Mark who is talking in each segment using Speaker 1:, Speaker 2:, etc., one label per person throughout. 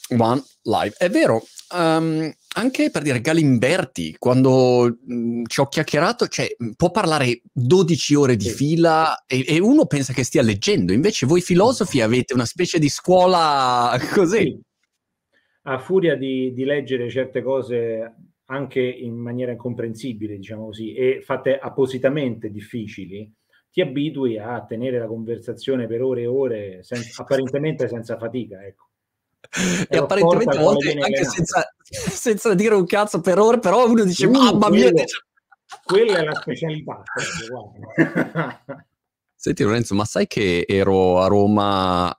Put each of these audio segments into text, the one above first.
Speaker 1: One Live. È vero, anche per dire Galimberti, quando ci ho chiacchierato, cioè, può parlare 12 ore di
Speaker 2: Sì.
Speaker 1: fila e uno pensa che stia leggendo, invece voi filosofi avete una specie di scuola così.
Speaker 2: Sì, a furia di leggere certe cose anche in maniera incomprensibile, diciamo così, e fatte appositamente difficili, ti abitui a tenere la conversazione per ore e ore, apparentemente senza fatica, ecco. È
Speaker 1: E
Speaker 2: lo sport
Speaker 1: apparentemente
Speaker 2: al
Speaker 1: a
Speaker 2: quale
Speaker 1: volte
Speaker 2: viene
Speaker 1: anche
Speaker 2: allenato.
Speaker 1: senza dire un cazzo per ore, però uno dice, mamma mia,
Speaker 2: Quella è la specialità proprio, guarda.
Speaker 1: Senti Lorenzo, ma sai che ero a Roma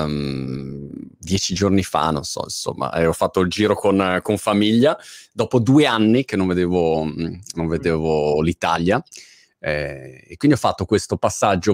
Speaker 1: 10 giorni fa, non so, insomma, e ho fatto il giro con famiglia, dopo 2 anni che non vedevo l'Italia, e quindi ho fatto questo passaggio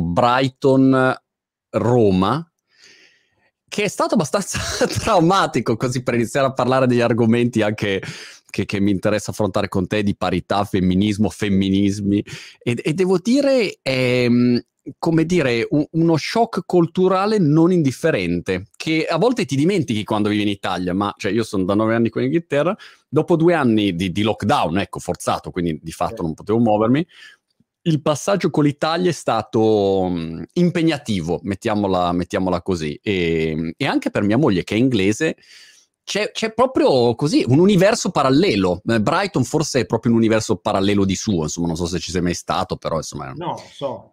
Speaker 1: Brighton-Roma, che è stato abbastanza traumatico, così per iniziare a parlare degli argomenti anche che mi interessa affrontare con te, di parità, femminismo, femminismi, e devo dire, come dire, uno shock culturale non indifferente, che a volte ti dimentichi quando vivi in Italia, ma cioè, io sono da 9 anni qui in Inghilterra, dopo 2 anni di lockdown, ecco, forzato, quindi di fatto non potevo muovermi, il passaggio con l'Italia è stato impegnativo, mettiamola così, e anche per mia moglie che è inglese c'è proprio così un universo parallelo. Brighton forse è proprio un universo parallelo di suo, insomma, non so se ci sei mai stato, però insomma.
Speaker 2: No,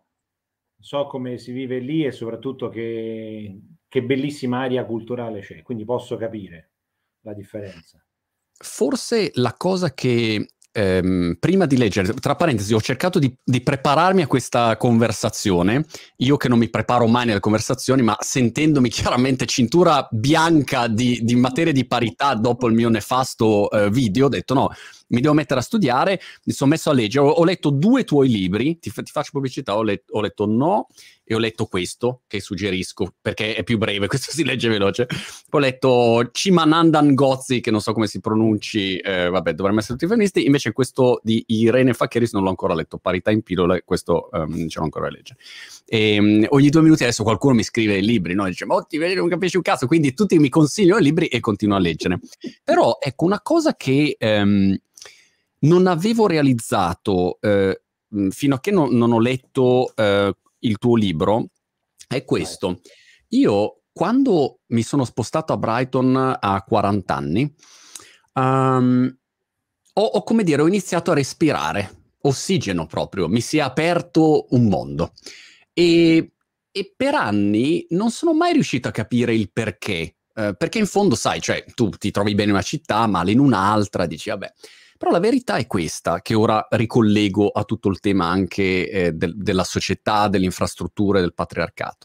Speaker 2: so come si vive lì e soprattutto che bellissima area culturale c'è, quindi posso capire la differenza.
Speaker 1: Forse la cosa che prima di leggere, tra parentesi, ho cercato di prepararmi a questa conversazione, io che non mi preparo mai nelle conversazioni, ma sentendomi chiaramente cintura bianca di materie di parità dopo il mio nefasto video, ho detto no, mi devo mettere a studiare, mi sono messo a leggere, ho letto 2 tuoi libri, ti faccio pubblicità, ho letto No e ho letto questo, che suggerisco, perché è più breve, questo si legge veloce. Poi ho letto Chimananda Ngozi, che non so come si pronunci, vabbè, dovremmo essere tutti femministi, invece questo di Irene Fakkeris non l'ho ancora letto, Parità in pillole, questo ce l'ho ancora da leggere. E ogni 2 minuti adesso qualcuno mi scrive i libri, no? Dice, ma ti vedi, non capisci un cazzo, quindi tutti mi consigliano i libri e continuo a leggere. Però, ecco, una cosa che non avevo realizzato fino a che non ho letto il tuo libro è questo. Io, quando mi sono spostato a Brighton a 40 anni, come dire, ho iniziato a respirare ossigeno proprio, mi si è aperto un mondo. E per anni non sono mai riuscito a capire il perché. Perché in fondo, sai, cioè, tu ti trovi bene in una città, male in un'altra, dici, vabbè. Però la verità è questa, che ora ricollego a tutto il tema anche della società, delle infrastrutture, del patriarcato.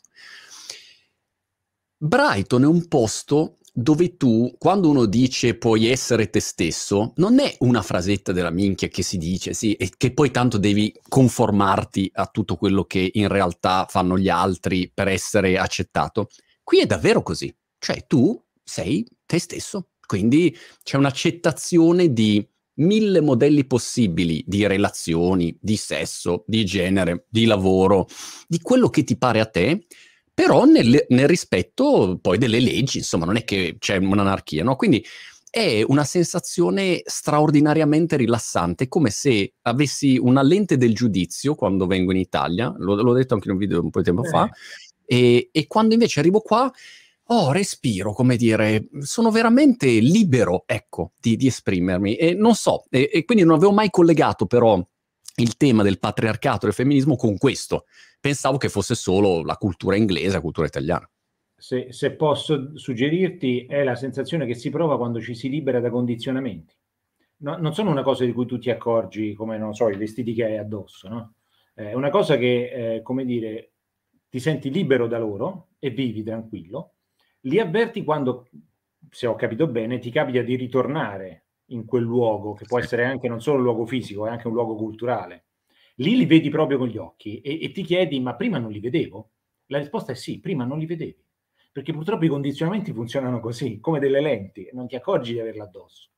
Speaker 1: Brighton è un posto dove tu, quando uno dice puoi essere te stesso, non è una frasetta della minchia che si dice, sì, e che poi tanto devi conformarti a tutto quello che in realtà fanno gli altri per essere accettato. Qui è davvero così, cioè tu sei te stesso, quindi c'è un'accettazione di 1000 modelli possibili di relazioni, di sesso, di genere, di lavoro, di quello che ti pare a te, però nel rispetto poi delle leggi, insomma, non è che c'è un'anarchia, no? Quindi è una sensazione straordinariamente rilassante, come se avessi una lente del giudizio quando vengo in Italia, l'ho detto anche in un video un po' di tempo fa, e quando invece arrivo qua, respiro, come dire, sono veramente libero, ecco, di esprimermi, e non so, e quindi non avevo mai collegato però il tema del patriarcato e del femminismo con questo. Pensavo che fosse solo la cultura inglese, la cultura italiana.
Speaker 2: Se posso suggerirti, è la sensazione che si prova quando ci si libera da condizionamenti. Non sono una cosa di cui tu ti accorgi, come, non so, i vestiti che hai addosso, no? È una cosa che, come dire, ti senti libero da loro e vivi tranquillo. Li avverti quando, se ho capito bene, ti capita di ritornare in quel luogo, che può
Speaker 1: Sì.
Speaker 2: essere anche non solo un luogo fisico, è anche un luogo culturale. Lì li vedi proprio con gli occhi e ti chiedi, ma prima non li vedevo? La risposta è sì, prima non li vedevi, perché purtroppo i condizionamenti funzionano così, come delle lenti, non ti accorgi di averla addosso.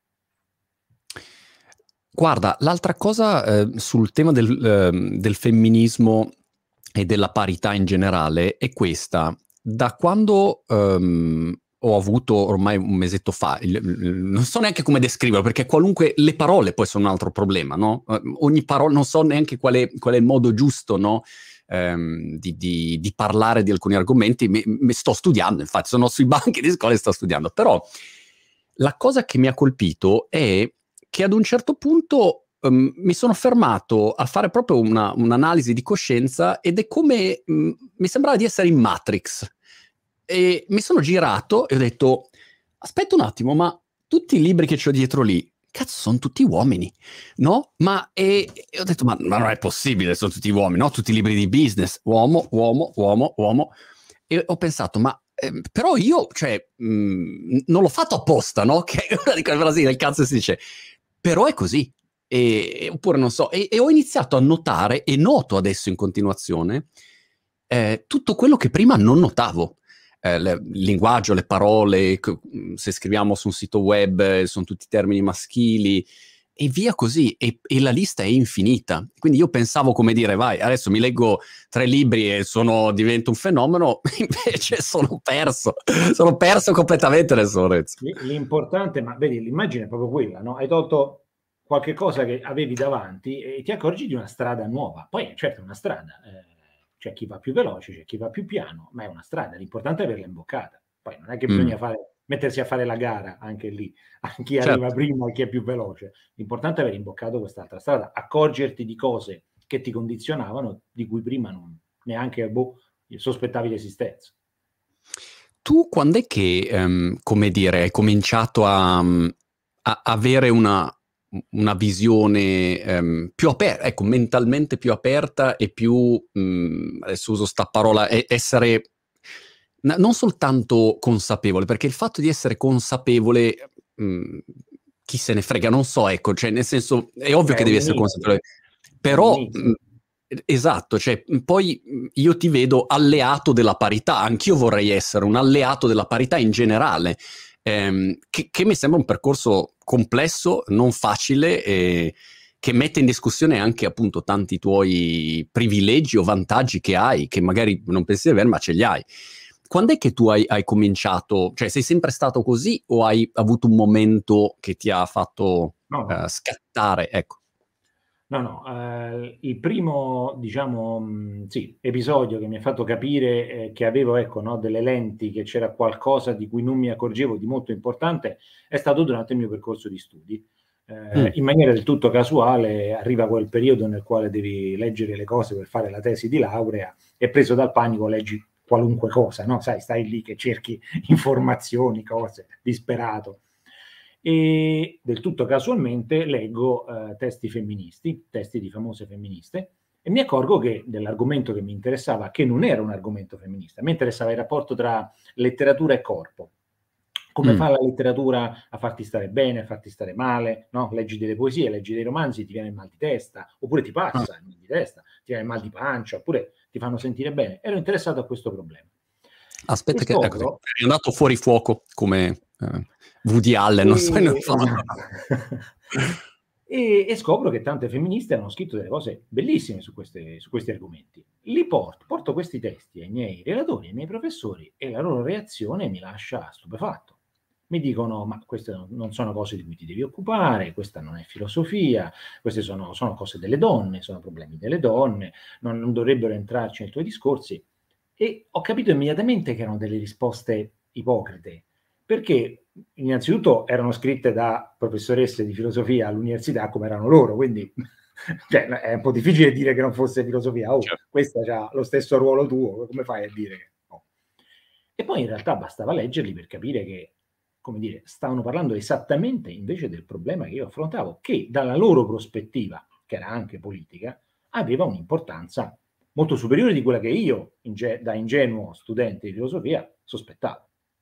Speaker 1: Guarda, l'altra cosa sul tema del femminismo e della parità in generale è questa. Da quando ho avuto ormai un mesetto fa, non so neanche come descriverlo, perché qualunque, le parole poi sono un altro problema, no? Ogni parola, non so neanche qual è il modo giusto, no? Di parlare di alcuni argomenti, mi sto studiando, infatti sono sui banchi di scuola e sto studiando, però la cosa che mi ha colpito è che ad un certo punto mi sono fermato a fare proprio un'analisi di coscienza ed è come mi sembrava di essere in Matrix. E mi sono girato e ho detto, aspetta un attimo, ma tutti i libri che c'ho dietro lì, cazzo, sono tutti uomini, no? E ho detto, ma non è possibile, sono tutti uomini, no? Tutti i libri di business, uomo, uomo, uomo, uomo. E ho pensato, ma però io, cioè, non l'ho fatto apposta, no? Che è una di quelle frasi del cazzo si dice, però è così. Oppure non so, e ho iniziato a notare, e noto adesso in continuazione, tutto quello che prima non notavo. Il linguaggio, le parole, se scriviamo su un sito web sono tutti termini maschili e via così, e la lista è infinita. Quindi io pensavo, come dire, vai, adesso mi leggo 3 libri e divento un fenomeno, invece sono perso completamente nel Sorrezzo.
Speaker 2: L'importante, ma vedi, l'immagine è proprio quella, no? Hai tolto qualche cosa che avevi davanti e ti accorgi di una strada nuova. Poi, certo, è una strada. C'è chi va più veloce, c'è chi va più piano, ma è una strada. L'importante è averla imboccata. Poi non è che bisogna mettersi a fare la gara anche lì, a chi arriva
Speaker 1: Certo.
Speaker 2: prima e chi è più veloce. L'importante è aver imboccato quest'altra strada, accorgerti di cose che ti condizionavano, di cui prima non neanche sospettavi l'esistenza.
Speaker 1: Tu quando è che, come dire, hai cominciato a avere una visione più aperta, ecco, mentalmente più aperta e più, adesso uso sta parola, essere non soltanto consapevole, perché il fatto di essere consapevole, chi se ne frega, non so, ecco, cioè nel senso, è ovvio
Speaker 2: È
Speaker 1: che
Speaker 2: un
Speaker 1: devi essere
Speaker 2: inizio,
Speaker 1: consapevole,
Speaker 2: è un
Speaker 1: però
Speaker 2: inizio.
Speaker 1: esatto, cioè poi io ti vedo alleato della parità, anch'io vorrei essere un alleato della parità in generale, che mi sembra un percorso complesso, non facile, e che mette in discussione anche appunto tanti tuoi privilegi o vantaggi che hai, che magari non pensi di avere, ma ce li hai. Quando è che tu hai cominciato? Cioè, sei sempre stato così o hai avuto un momento che ti ha fatto
Speaker 2: No, no.
Speaker 1: scattare? Ecco.
Speaker 2: No, no, il primo, diciamo, sì, episodio che mi ha fatto capire che avevo, ecco, no, delle lenti, che c'era qualcosa di cui non mi accorgevo di molto importante, è stato durante il mio percorso di studi. In maniera del tutto casuale arriva quel periodo nel quale devi leggere le cose per fare la tesi di laurea e preso dal panico leggi qualunque cosa, no? Sai, stai lì che cerchi informazioni, cose, disperato. E del tutto casualmente leggo testi femministi, testi di famose femministe, e mi accorgo che dell'argomento che mi interessava, che non era un argomento femminista, mi interessava il rapporto tra letteratura e corpo. Come fa la letteratura a farti stare bene, a farti stare male, no? Leggi delle poesie, leggi dei romanzi, ti viene il mal di testa, oppure ti passa il mal di testa, ti viene il mal di pancia, oppure ti fanno sentire bene. Ero interessato a questo problema. E
Speaker 1: Aspetta che ecco,
Speaker 2: scopro
Speaker 1: è andato fuori fuoco come Woody Allen, non so,
Speaker 2: esatto. E scopro che tante femministe hanno scritto delle cose bellissime su questi argomenti. Porto questi testi ai miei relatori, ai miei professori, e la loro reazione mi lascia stupefatto. Mi dicono: ma queste non sono cose di cui ti devi occupare, questa non è filosofia, queste sono cose delle donne, sono problemi delle donne, non dovrebbero entrarci nei tuoi discorsi. E ho capito immediatamente che erano delle risposte ipocrite, perché innanzitutto erano scritte da professoresse di filosofia all'università come erano loro, quindi cioè, è un po' difficile dire che non fosse filosofia. Oh,
Speaker 1: certo.
Speaker 2: questa ha lo stesso ruolo tuo, come fai a dire che no? E poi in realtà bastava leggerli per capire che, come dire, stavano parlando esattamente invece del problema che io affrontavo, che dalla loro prospettiva, che era anche politica, aveva un'importanza molto superiore di quella che io, da ingenuo studente di filosofia, sospettavo.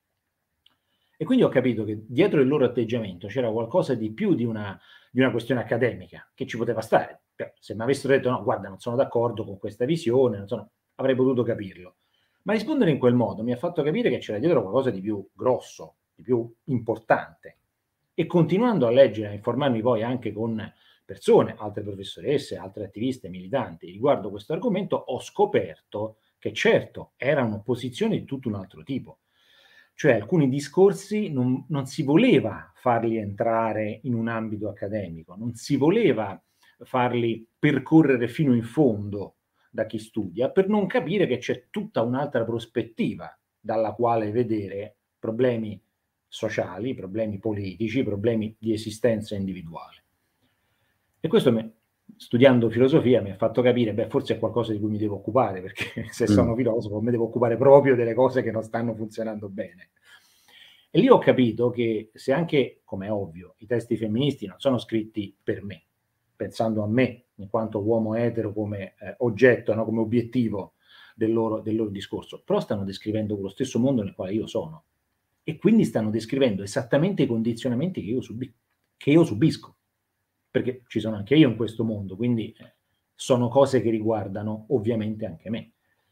Speaker 2: E quindi ho capito che dietro il loro atteggiamento c'era qualcosa di più di una questione accademica, che ci poteva stare. Se mi avessero detto no, guarda, non sono d'accordo con questa visione, avrei potuto capirlo. Ma rispondere in quel modo mi ha fatto capire che c'era dietro qualcosa di più grosso, di più importante. E continuando a leggere, a informarmi poi anche con persone, altre professoresse, altre attiviste, militanti, riguardo questo argomento, ho scoperto che certo era un'opposizione di tutto un altro tipo. Cioè alcuni discorsi non si voleva farli entrare in un ambito accademico, non si voleva farli percorrere fino in fondo da chi studia, per non capire che c'è tutta un'altra prospettiva dalla quale vedere problemi sociali, problemi politici, problemi di esistenza individuale. E questo, studiando filosofia, mi ha fatto capire, beh, forse è qualcosa di cui mi devo occupare, perché se sono filosofo mi devo occupare proprio delle cose che non stanno funzionando bene. E lì ho capito che se anche, come è ovvio, i testi femministi non sono scritti per me, pensando a me in quanto uomo etero come oggetto, no, come obiettivo del loro discorso, però stanno descrivendo lo stesso mondo nel quale io sono, e quindi stanno descrivendo esattamente i condizionamenti che io subisco, perché ci sono anche io in questo mondo, quindi sono cose che riguardano ovviamente anche me.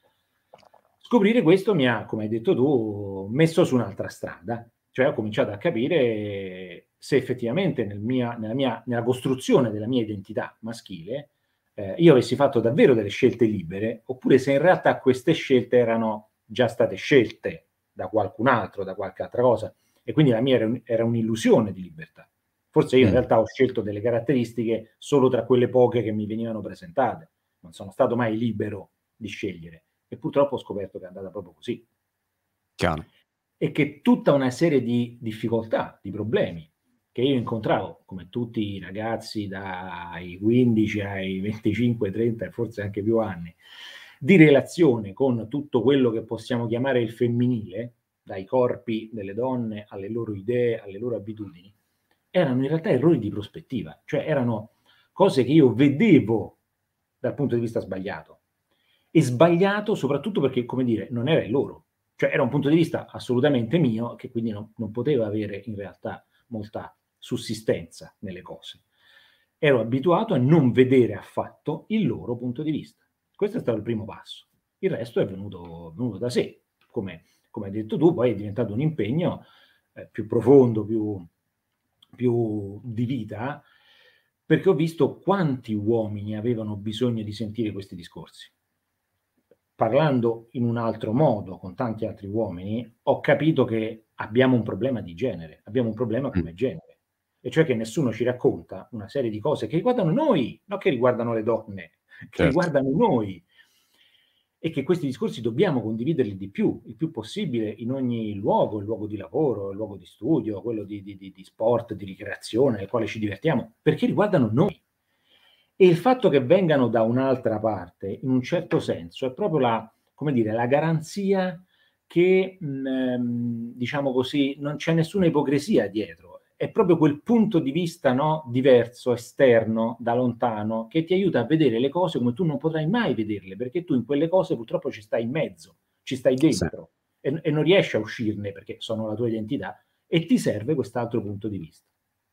Speaker 2: Scoprire questo mi ha, come hai detto tu, messo su un'altra strada, cioè ho cominciato a capire se effettivamente nella costruzione della mia identità maschile io avessi fatto davvero delle scelte libere, oppure se in realtà queste scelte erano già state scelte da qualcun altro, da qualche altra cosa, e quindi la mia era un'illusione di libertà. Forse io in realtà ho scelto delle caratteristiche solo tra quelle poche che mi venivano presentate, non sono stato mai libero di scegliere, e purtroppo ho scoperto che è andata proprio così.
Speaker 1: Chiaro.
Speaker 2: E che tutta una serie di difficoltà, di problemi che io incontravo, come tutti i ragazzi dai 15 ai 25, 30 e forse anche più anni, di relazione con tutto quello che possiamo chiamare il femminile, dai corpi delle donne alle loro idee, alle loro abitudini, erano in realtà errori di prospettiva, cioè erano cose che io vedevo dal punto di vista sbagliato, e sbagliato soprattutto perché, come dire, non era il loro, cioè era un punto di vista assolutamente mio, che quindi non poteva avere in realtà molta sussistenza nelle cose. Ero abituato a non vedere affatto il loro punto di vista. Questo è stato il primo passo. Il resto è venuto da sé. Come hai detto tu, poi è diventato un impegno più profondo, più di vita, perché ho visto quanti uomini avevano bisogno di sentire questi discorsi. Parlando in un altro modo con tanti altri uomini, ho capito che abbiamo un problema di genere, abbiamo un problema come genere, e cioè che nessuno ci racconta una serie di cose che riguardano noi, non che riguardano le donne, che riguardano noi, e che questi discorsi dobbiamo condividerli di più, il più possibile, in ogni luogo, il luogo di lavoro, il luogo di studio, quello di sport, di ricreazione, nel quale ci divertiamo, perché riguardano noi. E il fatto che vengano da un'altra parte, in un certo senso, è proprio la garanzia che, diciamo così, non c'è nessuna ipocrisia dietro. È proprio quel punto di vista, no, diverso, esterno, da lontano, che ti aiuta a vedere le cose come tu non potrai mai vederle, perché tu in quelle cose purtroppo ci stai in mezzo, ci stai dentro, sì, e non riesci a uscirne perché sono la tua identità, e ti serve quest'altro punto di vista.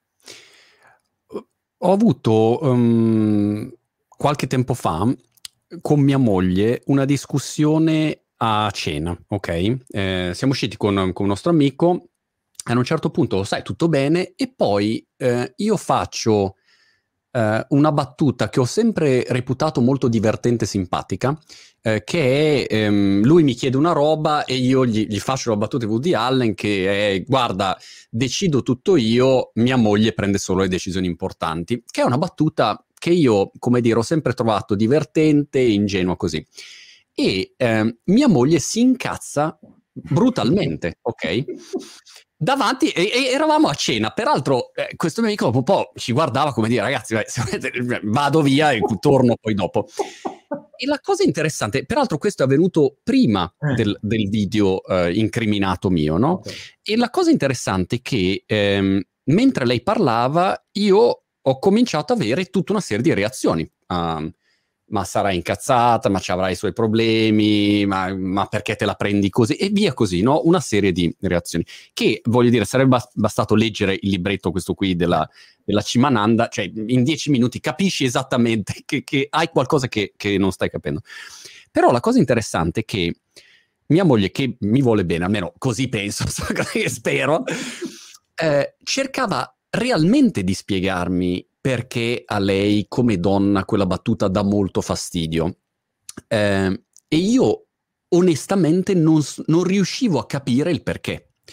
Speaker 1: Ho avuto qualche tempo fa con mia moglie una discussione a cena, ok? Siamo usciti con un nostro amico, a un certo punto, sai, tutto bene, e poi io faccio una battuta che ho sempre reputato molto divertente e simpatica, che è lui mi chiede una roba e io gli faccio la battuta di Woody Allen che è: guarda, decido tutto io, mia moglie prende solo le decisioni importanti, che è una battuta che io, come dire, ho sempre trovato divertente e ingenua così. E mia moglie si incazza brutalmente, ok? Davanti, e eravamo a cena, peraltro questo mio amico dopo un po' ci guardava come dire: ragazzi, vado via e torno poi dopo. E la cosa interessante, peraltro questo è avvenuto prima del video incriminato mio, no? Okay. E la cosa interessante è che mentre lei parlava io ho cominciato ad avere tutta una serie di reazioni. Ma sarai incazzata, ma ci avrai i suoi problemi, ma perché te la prendi così? E via così, no? Una serie di reazioni. Che, voglio dire, sarebbe bastato leggere il libretto questo qui della Chimamanda, cioè in 10 minuti capisci esattamente che hai qualcosa che non stai capendo. Però la cosa interessante è che mia moglie, che mi vuole bene, almeno così penso, spero, cercava realmente di spiegarmi perché a lei come donna quella battuta dà molto fastidio, e io onestamente non riuscivo a capire il perché.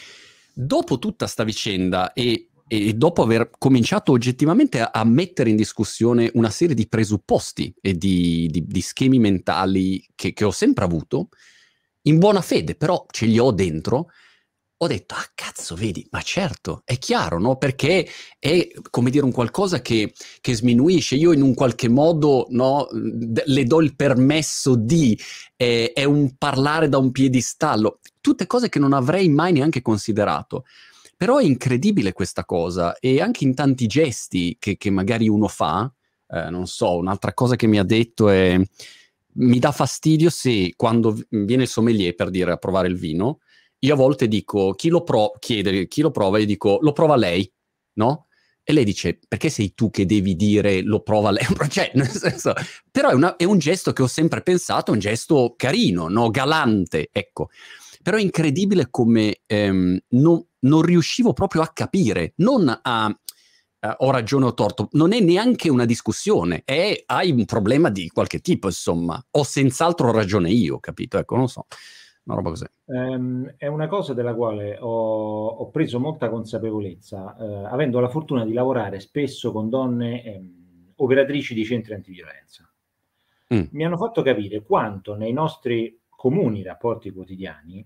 Speaker 1: dopo tutta sta vicenda e dopo aver cominciato oggettivamente a mettere in discussione una serie di presupposti e di schemi mentali che ho sempre avuto, in buona fede, però ce li ho dentro, ho detto, ah cazzo, vedi, ma certo, è chiaro, no? Perché è, come dire, un qualcosa che sminuisce. Io in un qualche modo, no, le do il permesso di, è un parlare da un piedistallo, tutte cose che non avrei mai neanche considerato. Però è incredibile questa cosa, e anche in tanti gesti che magari uno fa, non so, un'altra cosa che mi ha detto è, mi dà fastidio se quando viene il sommelier per dire a provare il vino, io a volte dico, chiede chi lo prova, e dico, lo prova lei, no? E lei dice, perché sei tu che devi dire lo prova lei? Cioè, nel senso, però è un gesto che ho sempre pensato, un gesto carino, no? Galante, ecco. Però è incredibile come non riuscivo proprio a capire, non a ho ragione o torto, non è neanche una discussione, hai un problema di qualche tipo, insomma, ho senz'altro ragione io, capito? Ecco, non so, una roba così.
Speaker 2: È una cosa della quale ho preso molta consapevolezza, avendo la fortuna di lavorare spesso con donne operatrici di centri antiviolenza. Mi hanno fatto capire quanto nei nostri comuni rapporti quotidiani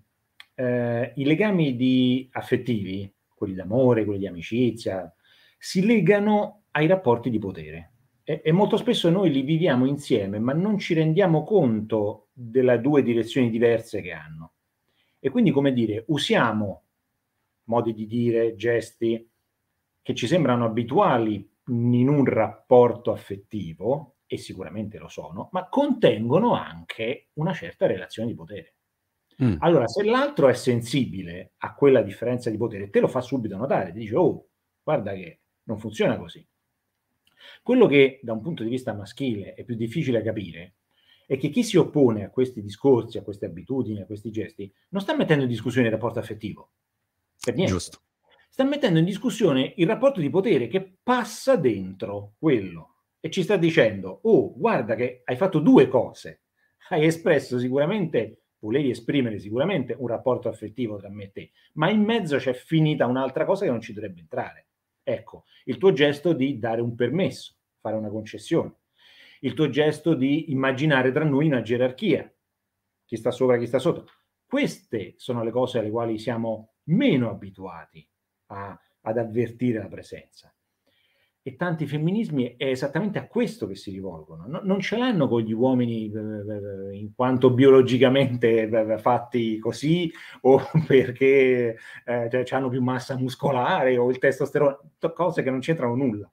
Speaker 2: i legami affettivi, quelli d'amore, quelli di amicizia, si legano ai rapporti di potere. E molto spesso noi li viviamo insieme, ma non ci rendiamo conto delle due direzioni diverse che hanno. E quindi, come dire, usiamo modi di dire, gesti che ci sembrano abituali in un rapporto affettivo, e sicuramente lo sono, ma contengono anche una certa relazione di potere. Allora, se l'altro è sensibile a quella differenza di potere, te lo fa subito notare, ti dice, oh, guarda che non funziona così. Quello che da un punto di vista maschile è più difficile capire è che chi si oppone a questi discorsi, a queste abitudini, a questi gesti, non sta mettendo in discussione il rapporto affettivo, per niente.
Speaker 1: Giusto.
Speaker 2: Sta mettendo in discussione il rapporto di potere che passa dentro quello e ci sta dicendo, oh, guarda che hai fatto due cose, hai espresso sicuramente, volevi esprimere sicuramente un rapporto affettivo tra me e te, ma in mezzo c'è finita un'altra cosa che non ci dovrebbe entrare. Ecco, il tuo gesto di dare un permesso, fare una concessione, il tuo gesto di immaginare tra noi una gerarchia, chi sta sopra, chi sta sotto. Queste sono le cose alle quali siamo meno abituati ad avvertire la presenza. E tanti femminismi è esattamente a questo che si rivolgono. Non ce l'hanno con gli uomini in quanto biologicamente fatti così, o perché hanno più massa muscolare o il testosterone, cose che non c'entrano nulla.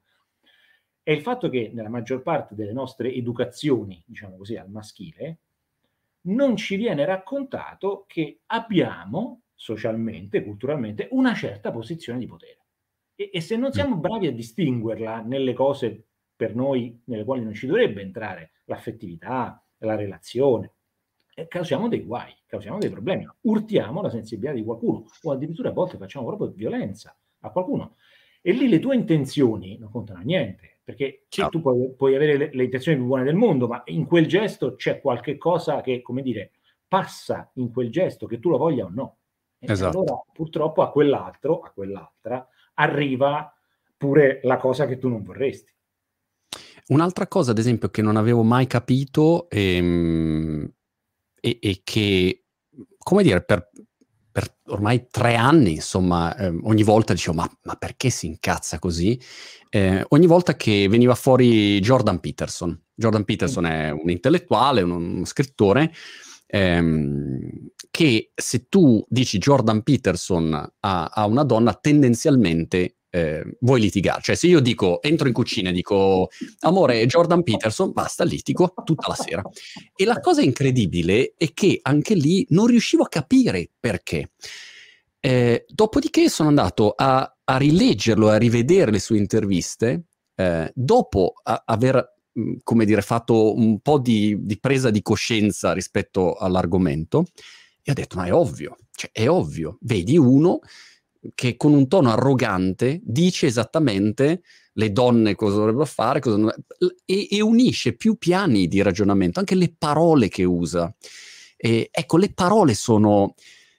Speaker 2: È il fatto che nella maggior parte delle nostre educazioni, diciamo così, al maschile, non ci viene raccontato che abbiamo socialmente, culturalmente, una certa posizione di potere. E se non siamo bravi a distinguerla nelle cose per noi nelle quali non ci dovrebbe entrare, l'affettività, la relazione, causiamo dei guai, causiamo dei problemi, urtiamo la sensibilità di qualcuno o addirittura a volte facciamo proprio violenza a qualcuno. E lì le tue intenzioni non contano niente, perché tu puoi avere le intenzioni più buone del mondo, ma in quel gesto c'è qualche cosa che, come dire, passa in quel gesto, che tu lo voglia o no.
Speaker 1: Esatto.
Speaker 2: E allora purtroppo a quell'altro, a quell'altra, arriva pure la cosa che tu non vorresti.
Speaker 1: Un'altra cosa, ad esempio, che non avevo mai capito e che, come dire, per ormai 3 anni, insomma, ogni volta dicevo, ma perché si incazza così? Ogni volta che veniva fuori Jordan Peterson. Jordan Peterson è un intellettuale, uno scrittore, che se tu dici Jordan Peterson a una donna, tendenzialmente vuoi litigare. Cioè, se io dico, entro in cucina e dico, amore, Jordan Peterson, basta, litigo tutta la sera. E la cosa incredibile è che anche lì non riuscivo a capire perché. Dopodiché sono andato a rileggerlo, a rivedere le sue interviste, dopo aver, come dire, fatto un po' di presa di coscienza rispetto all'argomento, e ho detto, ma è ovvio, cioè è ovvio, vedi uno che con un tono arrogante dice esattamente le donne cosa dovrebbero fare, e unisce più piani di ragionamento, anche le parole che usa. Ecco, le parole sono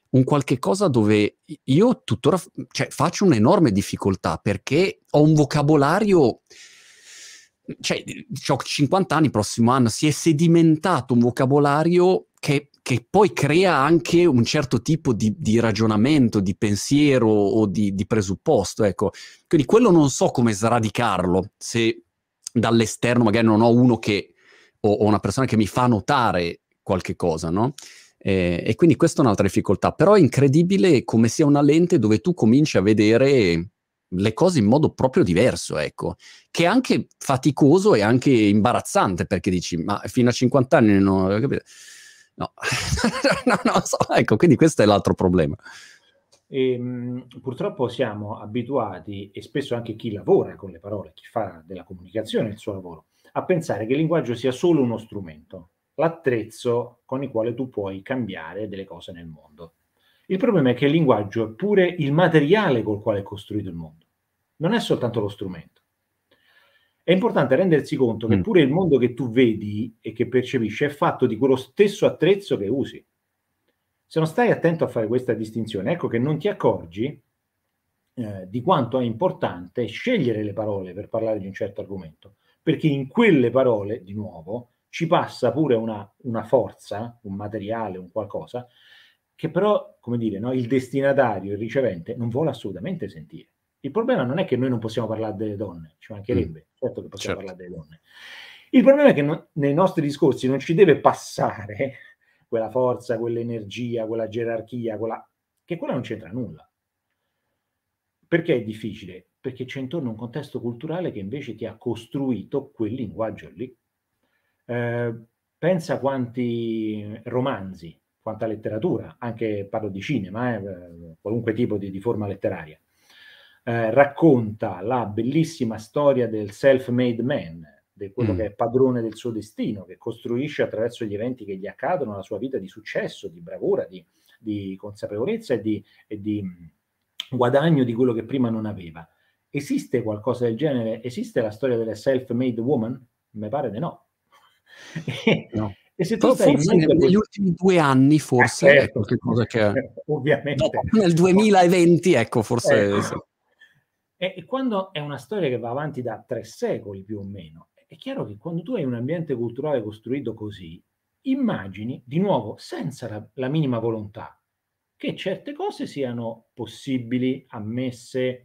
Speaker 1: un qualche cosa dove io tuttora faccio un'enorme difficoltà perché ho un vocabolario, cioè ho 50 anni, prossimo anno, si è sedimentato un vocabolario che poi crea anche un certo tipo di ragionamento, di pensiero o di presupposto, ecco. Quindi quello non so come sradicarlo, se dall'esterno magari non ho uno che, o una persona che mi fa notare qualche cosa, no? E quindi questa è un'altra difficoltà, però è incredibile come sia una lente dove tu cominci a vedere le cose in modo proprio diverso, ecco, che è anche faticoso e anche imbarazzante, perché dici, ma fino a 50 anni non ho capito. No, non so, ecco, quindi questo è l'altro problema.
Speaker 2: Purtroppo siamo abituati, e spesso anche chi lavora con le parole, chi fa della comunicazione il suo lavoro, a pensare che il linguaggio sia solo uno strumento, l'attrezzo con il quale tu puoi cambiare delle cose nel mondo. Il problema è che il linguaggio è pure il materiale col quale è costruito il mondo, non è soltanto lo strumento. È importante rendersi conto che pure il mondo che tu vedi e che percepisci è fatto di quello stesso attrezzo che usi. Se non stai attento a fare questa distinzione, ecco che non ti accorgi di quanto è importante scegliere le parole per parlare di un certo argomento, perché in quelle parole, di nuovo, ci passa pure una forza, un materiale, un qualcosa, che però, come dire, no, il destinatario, il ricevente, non vuole assolutamente sentire. Il problema non è che noi non possiamo parlare delle donne, ci mancherebbe, certo che possiamo parlare delle donne. Il problema è che nei nostri discorsi non ci deve passare quella forza, quell'energia, quella gerarchia, che quella non c'entra nulla. Perché è difficile? Perché c'è intorno un contesto culturale che invece ti ha costruito quel linguaggio lì. Pensa quanti romanzi, quanta letteratura, anche parlo di cinema, qualunque tipo di forma letteraria, racconta la bellissima storia del self-made man, di quello che è padrone del suo destino, che costruisce attraverso gli eventi che gli accadono la sua vita di successo, di bravura, di consapevolezza e di guadagno di quello che prima non aveva. Esiste qualcosa del genere? Esiste la storia delle self-made woman? Mi pare di no.
Speaker 1: No.
Speaker 2: E se tu stai
Speaker 1: forse negli ultimi 2 anni, forse,
Speaker 2: certo,
Speaker 1: è qualcosa che
Speaker 2: ovviamente
Speaker 1: nel 2020, ecco, forse sì.
Speaker 2: E quando è una storia che va avanti da 3 secoli più o meno, è chiaro che quando tu hai un ambiente culturale costruito così, immagini, di nuovo, senza la minima volontà, che certe cose siano possibili, ammesse,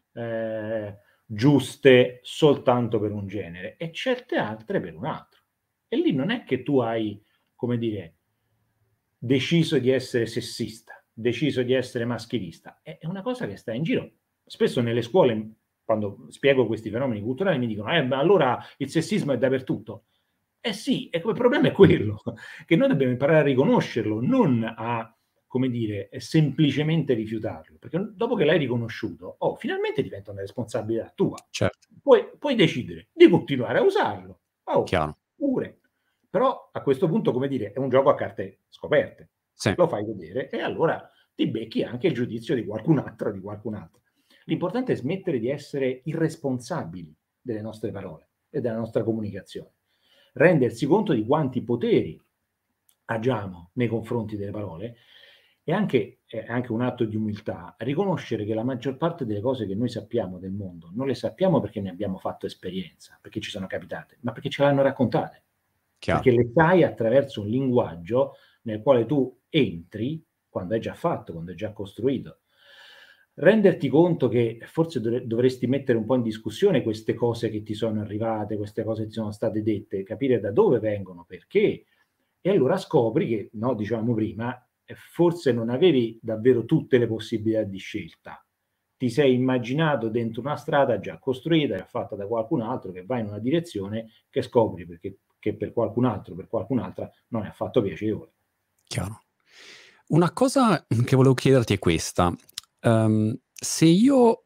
Speaker 2: giuste soltanto per un genere e certe altre per un altro. E lì non è che tu hai, come dire, deciso di essere sessista, deciso di essere maschilista, è una cosa che sta in giro. Spesso nelle scuole, quando spiego questi fenomeni culturali, mi dicono ma allora il sessismo è dappertutto. Sì, il problema è quello, che noi dobbiamo imparare a riconoscerlo, non a, come dire, semplicemente rifiutarlo, perché dopo che l'hai riconosciuto, finalmente diventa una responsabilità tua.
Speaker 1: Certo.
Speaker 2: Puoi decidere di continuare a usarlo,
Speaker 1: Chiaro.
Speaker 2: pure. Però a questo punto, come dire, è un gioco a carte scoperte.
Speaker 1: Sì.
Speaker 2: Lo fai vedere e allora ti becchi anche il giudizio di qualcun altro. L'importante è smettere di essere irresponsabili delle nostre parole e della nostra comunicazione. Rendersi conto di quanti poteri agiamo nei confronti delle parole e anche un atto di umiltà, riconoscere che la maggior parte delle cose che noi sappiamo del mondo non le sappiamo perché ne abbiamo fatto esperienza, perché ci sono capitate, ma perché ce l'hanno raccontate.
Speaker 1: Chiaro.
Speaker 2: Perché le sai attraverso un linguaggio nel quale tu entri quando è già fatto, quando è già costruito. Renderti conto che forse dovresti mettere un po' in discussione queste cose che ti sono arrivate, queste cose che ti sono state dette, capire da dove vengono, perché, e allora scopri che, no, dicevamo prima, forse non avevi davvero tutte le possibilità di scelta. Ti sei immaginato dentro una strada già costruita, già fatta da qualcun altro, che va in una direzione che scopri che per qualcun altro, per qualcun'altra, non è affatto piacevole.
Speaker 1: Chiaro. Una cosa che volevo chiederti è questa. Se io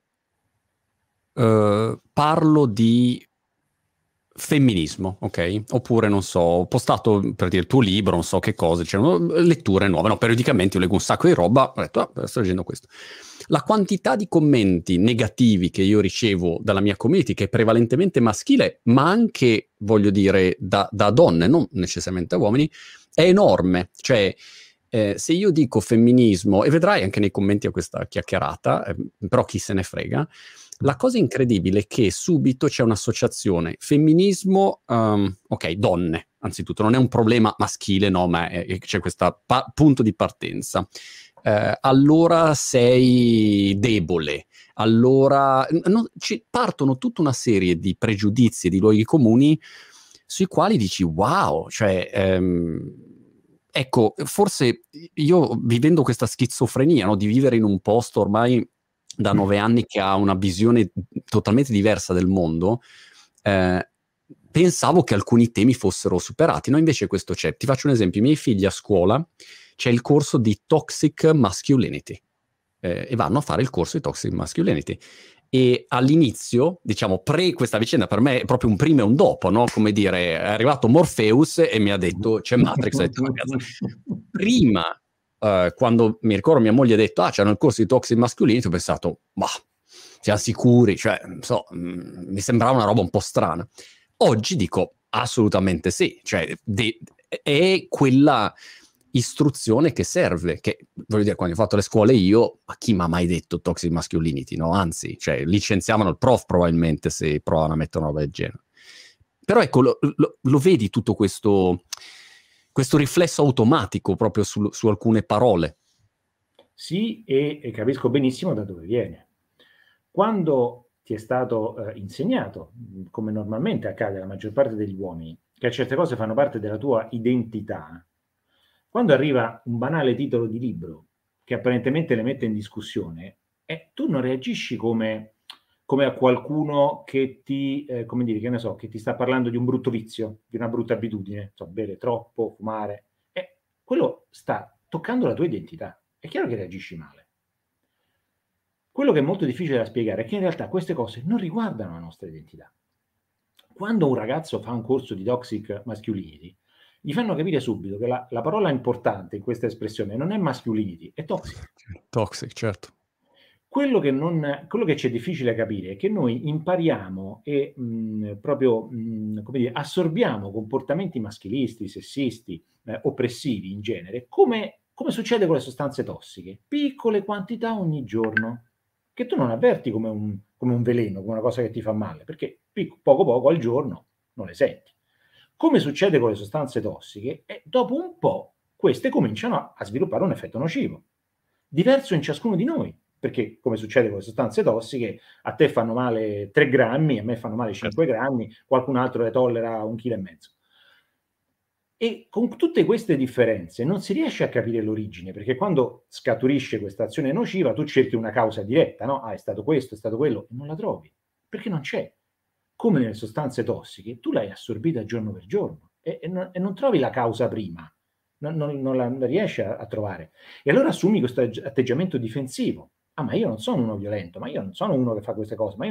Speaker 1: parlo di femminismo, ok? Oppure, non so, ho postato per dire il tuo libro, non so che cosa, c'erano letture nuove, no? Periodicamente io leggo un sacco di roba, ho detto, sto leggendo questo. La quantità di commenti negativi che io ricevo dalla mia community, che è prevalentemente maschile, ma anche, voglio dire, da donne, non necessariamente da uomini, è enorme. Cioè, Se io dico femminismo, e vedrai anche nei commenti a questa chiacchierata, però chi se ne frega, la cosa incredibile è che subito c'è un'associazione. Femminismo, ok, donne, anzitutto, non è un problema maschile, no, ma c'è questo punto di partenza. Allora sei debole, allora partono tutta una serie di pregiudizi e di luoghi comuni sui quali dici wow, cioè ecco, forse io vivendo questa schizofrenia, no, di vivere in un posto ormai da 9 anni che ha una visione totalmente diversa del mondo, pensavo che alcuni temi fossero superati, no, invece questo c'è. Ti faccio un esempio: i miei figli a scuola c'è il corso di Toxic Masculinity, e vanno a fare il corso di Toxic Masculinity. E all'inizio, diciamo, questa vicenda per me è proprio un prima e un dopo, no? Come dire, è arrivato Morpheus e mi ha detto c'è Matrix. Ho detto, ragazzi, prima, quando mi ricordo mia moglie ha detto c'erano il corso di Toxic Masculinity, ho pensato, ma siamo sicuri? Cioè, non so, mi sembrava una roba un po' strana. Oggi dico assolutamente sì, cioè è quella istruzione che serve, che voglio dire, quando ho fatto le scuole io, ma chi mi ha mai detto toxic masculinity, no? Anzi, cioè licenziavano il prof probabilmente se provavano a mettere una roba del genere. Però ecco, lo vedi tutto questo riflesso automatico proprio su alcune parole.
Speaker 2: Sì, e capisco benissimo da dove viene. Quando ti è stato insegnato, come normalmente accade alla maggior parte degli uomini, che certe cose fanno parte della tua identità, quando arriva un banale titolo di libro che apparentemente le mette in discussione, tu non reagisci come a qualcuno che ti, come dire, che ne so, che ti sta parlando di un brutto vizio, di una brutta abitudine, so, bere troppo, fumare. Quello sta toccando la tua identità. È chiaro che reagisci male. Quello che è molto difficile da spiegare è che in realtà queste cose non riguardano la nostra identità. Quando un ragazzo fa un corso di Toxic Masculinity, gli fanno capire subito che la parola importante in questa espressione non è masculinity, è toxic.
Speaker 1: Toxic, certo.
Speaker 2: Quello che c'è difficile capire è che noi impariamo e proprio come dire, assorbiamo comportamenti maschilisti, sessisti, oppressivi in genere, come succede con le sostanze tossiche, piccole quantità ogni giorno, che tu non avverti come un veleno, come una cosa che ti fa male, perché poco poco al giorno non le senti. Come succede con le sostanze tossiche, dopo un po' queste cominciano a sviluppare un effetto nocivo, diverso in ciascuno di noi, perché come succede con le sostanze tossiche, a te fanno male 3 grammi, a me fanno male 5 grammi, qualcun altro le tollera 1,5 kg. E con tutte queste differenze non si riesce a capire l'origine, perché quando scaturisce questa azione nociva tu cerchi una causa diretta, no? È stato questo, è stato quello, e non la trovi, perché non c'è. Come nelle sostanze tossiche, tu l'hai assorbita giorno per giorno e non trovi la causa prima, non la riesci a trovare. E allora assumi questo atteggiamento difensivo. Ma io non sono uno violento, ma io non sono uno che fa queste cose,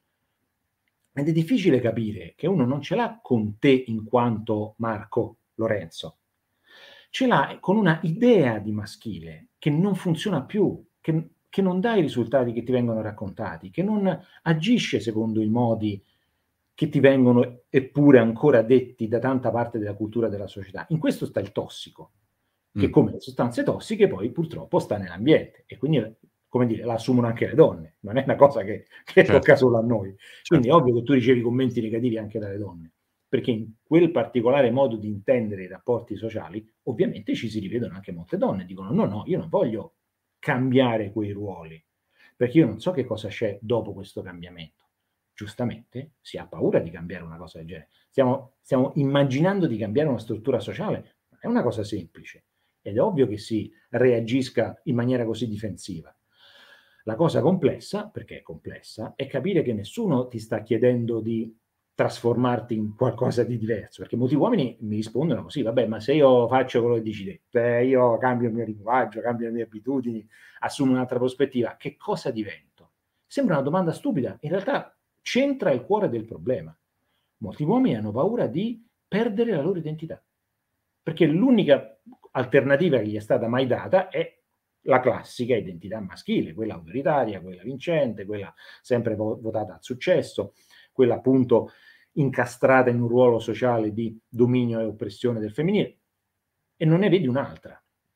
Speaker 2: Ed è difficile capire che uno non ce l'ha con te in quanto Marco Lorenzo, ce l'ha con una idea di maschile che non funziona più, che non dà i risultati che ti vengono raccontati, che non agisce secondo i modi che ti vengono eppure ancora detti da tanta parte della cultura della società. In questo sta il tossico, che come le sostanze tossiche poi purtroppo sta nell'ambiente e quindi, come dire, la assumono anche le donne, non è una cosa che
Speaker 1: Certo.
Speaker 2: tocca solo a noi. Quindi è
Speaker 1: Certo.
Speaker 2: ovvio che tu ricevi commenti negativi anche dalle donne, perché in quel particolare modo di intendere i rapporti sociali, ovviamente ci si rivedono anche molte donne, dicono no, io non voglio cambiare quei ruoli, perché io non so che cosa c'è dopo questo cambiamento. Giustamente si ha paura di cambiare una cosa del genere. Stiamo immaginando di cambiare una struttura sociale, non è una cosa semplice ed è ovvio che si reagisca in maniera così difensiva. La cosa complessa, perché è complessa, è capire che nessuno ti sta chiedendo di trasformarti in qualcosa di diverso, perché molti uomini mi rispondono così, vabbè, ma se io faccio quello che dici te, io cambio il mio linguaggio, cambio le mie abitudini, assumo un'altra prospettiva, che cosa divento? Sembra una domanda stupida, in realtà c'entra il cuore del problema. Molti uomini hanno paura di perdere la loro identità, perché l'unica alternativa che gli è stata mai data è la classica identità maschile, quella autoritaria, quella vincente, quella sempre votata al successo, quella appunto incastrata in un ruolo sociale di dominio e oppressione del femminile, e non ne vedi un'altra.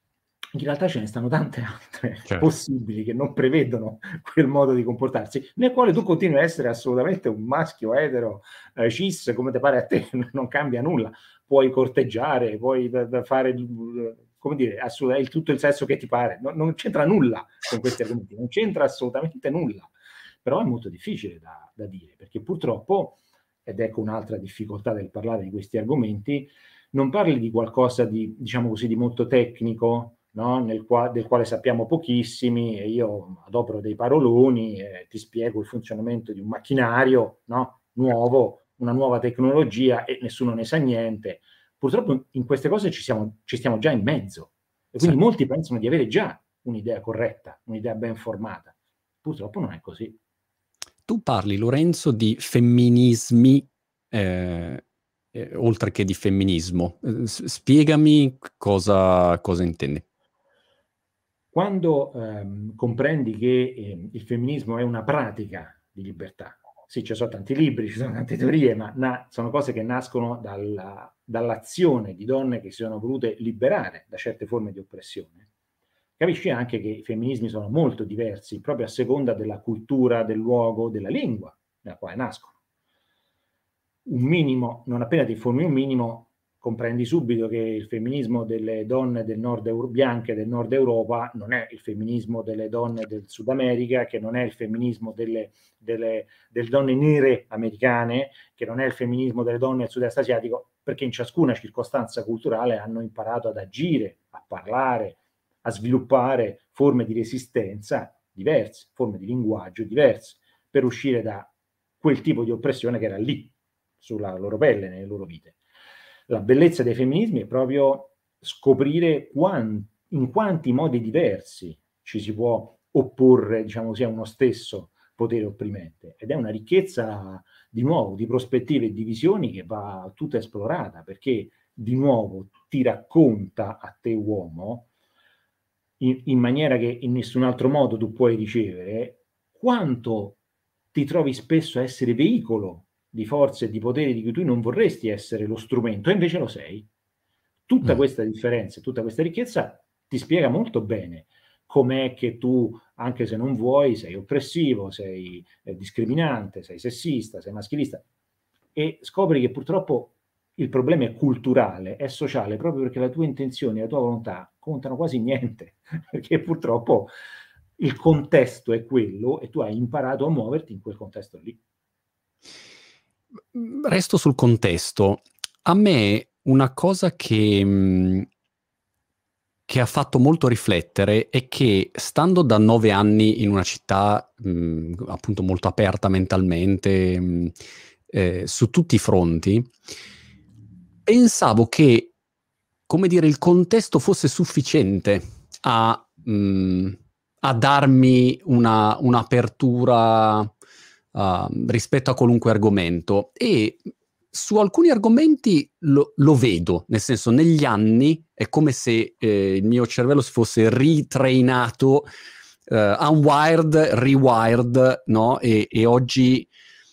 Speaker 2: in realtà ce ne stanno tante altre
Speaker 1: Certo.
Speaker 2: possibili che non prevedono quel modo di comportarsi, nel quale tu continui a essere assolutamente un maschio etero, cis, come ti pare a te, non cambia nulla. Puoi corteggiare, puoi fare, come dire, tutto il sesso che ti pare, non c'entra nulla con questi argomenti, non c'entra assolutamente nulla. Però è molto difficile da dire, perché purtroppo, ed ecco un'altra difficoltà del parlare di questi argomenti, non parli di qualcosa di, diciamo così, di molto tecnico, no? Del quale sappiamo pochissimi, e io adopero dei paroloni e ti spiego il funzionamento di un macchinario, no? Nuovo, una nuova tecnologia, e nessuno ne sa niente. Purtroppo in queste cose ci stiamo già in mezzo, e
Speaker 1: Sì.
Speaker 2: quindi molti pensano di avere già un'idea corretta, un'idea ben formata. Purtroppo non è così.
Speaker 1: Tu parli, Lorenzo, di femminismi oltre che di femminismo. Spiegami cosa intendi.
Speaker 2: Quando comprendi che il femminismo è una pratica di libertà, sì, ci sono tanti libri, ci sono tante teorie, ma sono cose che nascono dall'azione di donne che si sono volute liberare da certe forme di oppressione, capisci anche che i femminismi sono molto diversi proprio a seconda della cultura, del luogo, della lingua nella quale nascono. Un minimo, non appena ti informi un minimo, comprendi subito che il femminismo delle donne bianche del nord Europa non è il femminismo delle donne del Sud America, che non è il femminismo delle donne nere americane, che non è il femminismo delle donne del sud-est asiatico, perché in ciascuna circostanza culturale hanno imparato ad agire, a parlare, a sviluppare forme di resistenza diverse, forme di linguaggio diverse, per uscire da quel tipo di oppressione che era lì, sulla loro pelle, nelle loro vite. La bellezza dei femminismi è proprio scoprire in quanti modi diversi ci si può opporre, diciamo così, a uno stesso potere opprimente. Ed è una ricchezza, di nuovo, di prospettive e di visioni che va tutta esplorata, perché, di nuovo, ti racconta a te uomo, in maniera che in nessun altro modo tu puoi ricevere, quanto ti trovi spesso a essere veicolo di forze e di poteri di cui tu non vorresti essere lo strumento, e invece lo sei. Tutta questa differenza, tutta questa ricchezza ti spiega molto bene com'è che tu, anche se non vuoi, sei oppressivo, sei discriminante, sei sessista, sei maschilista, e scopri che purtroppo il problema è culturale, è sociale, proprio perché le tue intenzioni, la tua volontà contano quasi niente, perché purtroppo il contesto è quello e tu hai imparato a muoverti in quel contesto lì.
Speaker 1: Resto sul contesto. A me una cosa che ha fatto molto riflettere è che, stando da 9 anni in una città appunto molto aperta mentalmente, su tutti i fronti, pensavo che, come dire, il contesto fosse sufficiente a darmi un'apertura rispetto a qualunque argomento, e su alcuni argomenti lo vedo, nel senso, negli anni è come se il mio cervello si fosse ritrainato, unwired, rewired, no? E oggi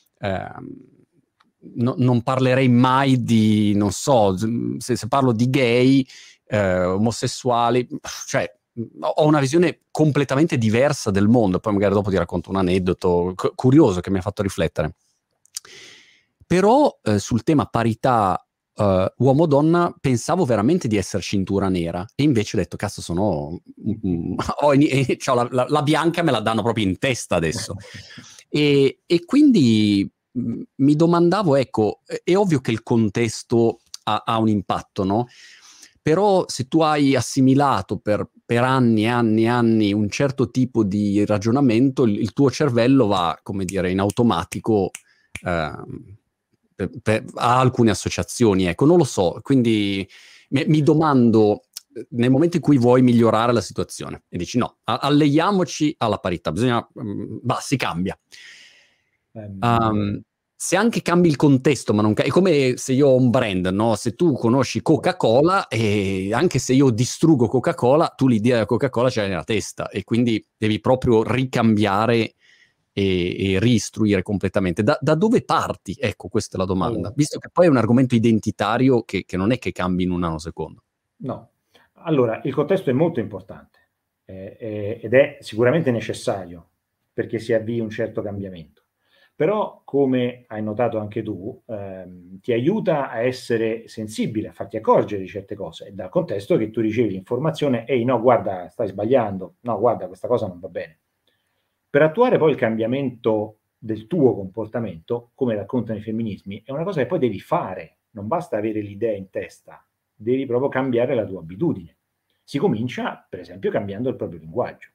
Speaker 1: non parlerei mai di, non so, se parlo di gay, omosessuali, cioè ho una visione completamente diversa del mondo. Poi magari dopo ti racconto un aneddoto curioso che mi ha fatto riflettere. Però sul tema parità uomo-donna pensavo veramente di essere cintura nera, e invece ho detto, cazzo, sono la bianca me la danno proprio in testa adesso. E quindi mi domandavo, ecco, è ovvio che il contesto ha un impatto, no? Però se tu hai assimilato per anni e anni e anni un certo tipo di ragionamento, il tuo cervello va, come dire, in automatico a alcune associazioni, ecco, non lo so. Quindi mi domando, nel momento in cui vuoi migliorare la situazione e dici no, alleiamoci alla parità, si cambia. Se anche cambi il contesto, ma non è come se io ho un brand, no? Se tu conosci Coca-Cola, e anche se io distruggo Coca-Cola, tu l'idea della Coca-Cola ce l'hai nella testa, e quindi devi proprio ricambiare e riistruire completamente. Da dove parti? Ecco, questa è la domanda.
Speaker 2: Allora,
Speaker 1: visto che poi è un argomento identitario che non è che cambi in un nanosecondo.
Speaker 2: no. Allora, il contesto è molto importante ed è sicuramente necessario perché si avvii un certo cambiamento. Però, come hai notato anche tu, ti aiuta a essere sensibile, a farti accorgere di certe cose. E dal contesto che tu ricevi l'informazione, ehi, no, guarda, stai sbagliando, no, guarda, questa cosa non va bene. Per attuare poi il cambiamento del tuo comportamento, come raccontano i femminismi, è una cosa che poi devi fare, non basta avere l'idea in testa, devi proprio cambiare la tua abitudine. Si comincia, per esempio, cambiando il proprio linguaggio.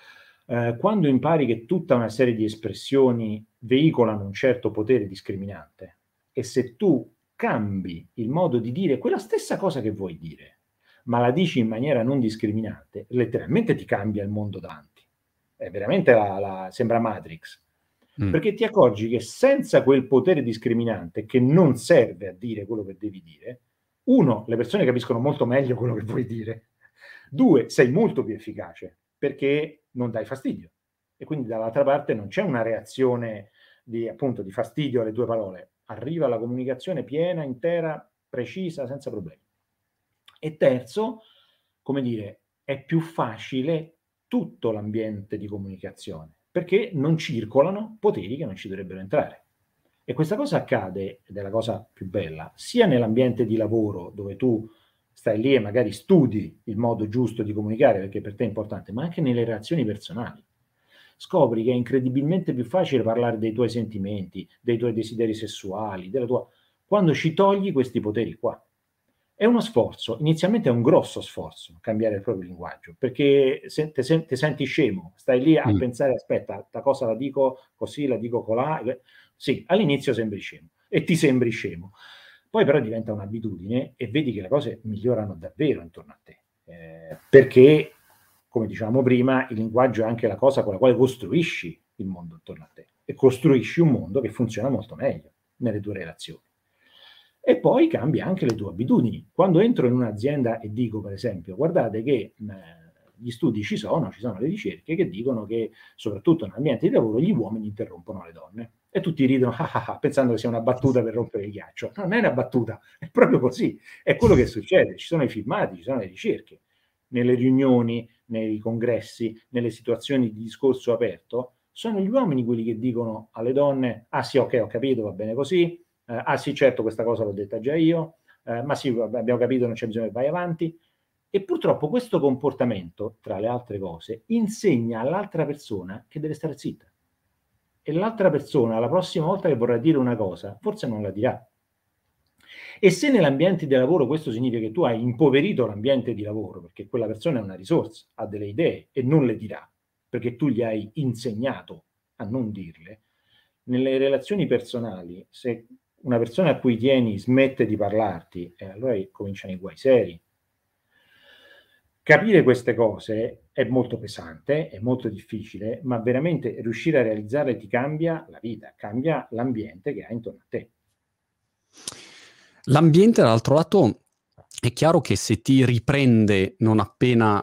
Speaker 2: Quando impari che tutta una serie di espressioni veicolano un certo potere discriminante e se tu cambi il modo di dire quella stessa cosa che vuoi dire, ma la dici in maniera non discriminante, letteralmente ti cambia il mondo davanti. È veramente sembra Matrix. Perché ti accorgi che senza quel potere discriminante che non serve a dire quello che devi dire, uno, le persone capiscono molto meglio quello che vuoi dire. Due, sei molto più efficace perché non dai fastidio. E quindi dall'altra parte non c'è una reazione appunto, di fastidio alle tue parole. Arriva la comunicazione piena, intera, precisa, senza problemi. E terzo, come dire, è più facile tutto l'ambiente di comunicazione perché non circolano poteri che non ci dovrebbero entrare. E questa cosa accade, ed è la cosa più bella, sia nell'ambiente di lavoro dove tu stai lì e magari studi il modo giusto di comunicare perché per te è importante, ma anche nelle relazioni personali. Scopri che è incredibilmente più facile parlare dei tuoi sentimenti, dei tuoi desideri sessuali, della tua... quando ci togli questi poteri qua. È uno sforzo, inizialmente è un grosso sforzo cambiare il proprio linguaggio, perché se ti senti scemo, stai lì a pensare, aspetta, la cosa la dico così, la dico colà. Sì, all'inizio sembri scemo e ti sembri scemo. Poi però diventa un'abitudine e vedi che le cose migliorano davvero intorno a te. Perché, come dicevamo prima, il linguaggio è anche la cosa con la quale costruisci il mondo intorno a te e costruisci un mondo che funziona molto meglio nelle tue relazioni. E poi cambia anche le tue abitudini. Quando entro in un'azienda e dico, per esempio, guardate che gli studi ci sono le ricerche che dicono che, soprattutto nell'ambiente di lavoro, gli uomini interrompono le donne. E tutti ridono, pensando che sia una battuta per rompere il ghiaccio. No, non è una battuta, è proprio così. È quello che succede. Ci sono i filmati, ci sono le ricerche. Nelle riunioni, nei congressi, nelle situazioni di discorso aperto, sono gli uomini quelli che dicono alle donne, ah sì, ok, ho capito, va bene così, ah sì, certo, questa cosa l'ho detta già io, ma sì, abbiamo capito, non c'è bisogno che vai avanti. E purtroppo questo comportamento, tra le altre cose, insegna all'altra persona che deve stare zitta. E l'altra persona, la prossima volta che vorrà dire una cosa, forse non la dirà. E se nell'ambiente di lavoro questo significa che tu hai impoverito l'ambiente di lavoro, perché quella persona è una risorsa, ha delle idee e non le dirà, perché tu gli hai insegnato a non dirle, nelle relazioni personali, se una persona a cui tieni smette di parlarti, allora cominciano i guai seri. Capire queste cose è molto pesante, è molto difficile, ma veramente riuscire a realizzarle ti cambia la vita, cambia l'ambiente che hai intorno a te.
Speaker 1: L'ambiente, dall'altro lato, è chiaro che se ti riprende non appena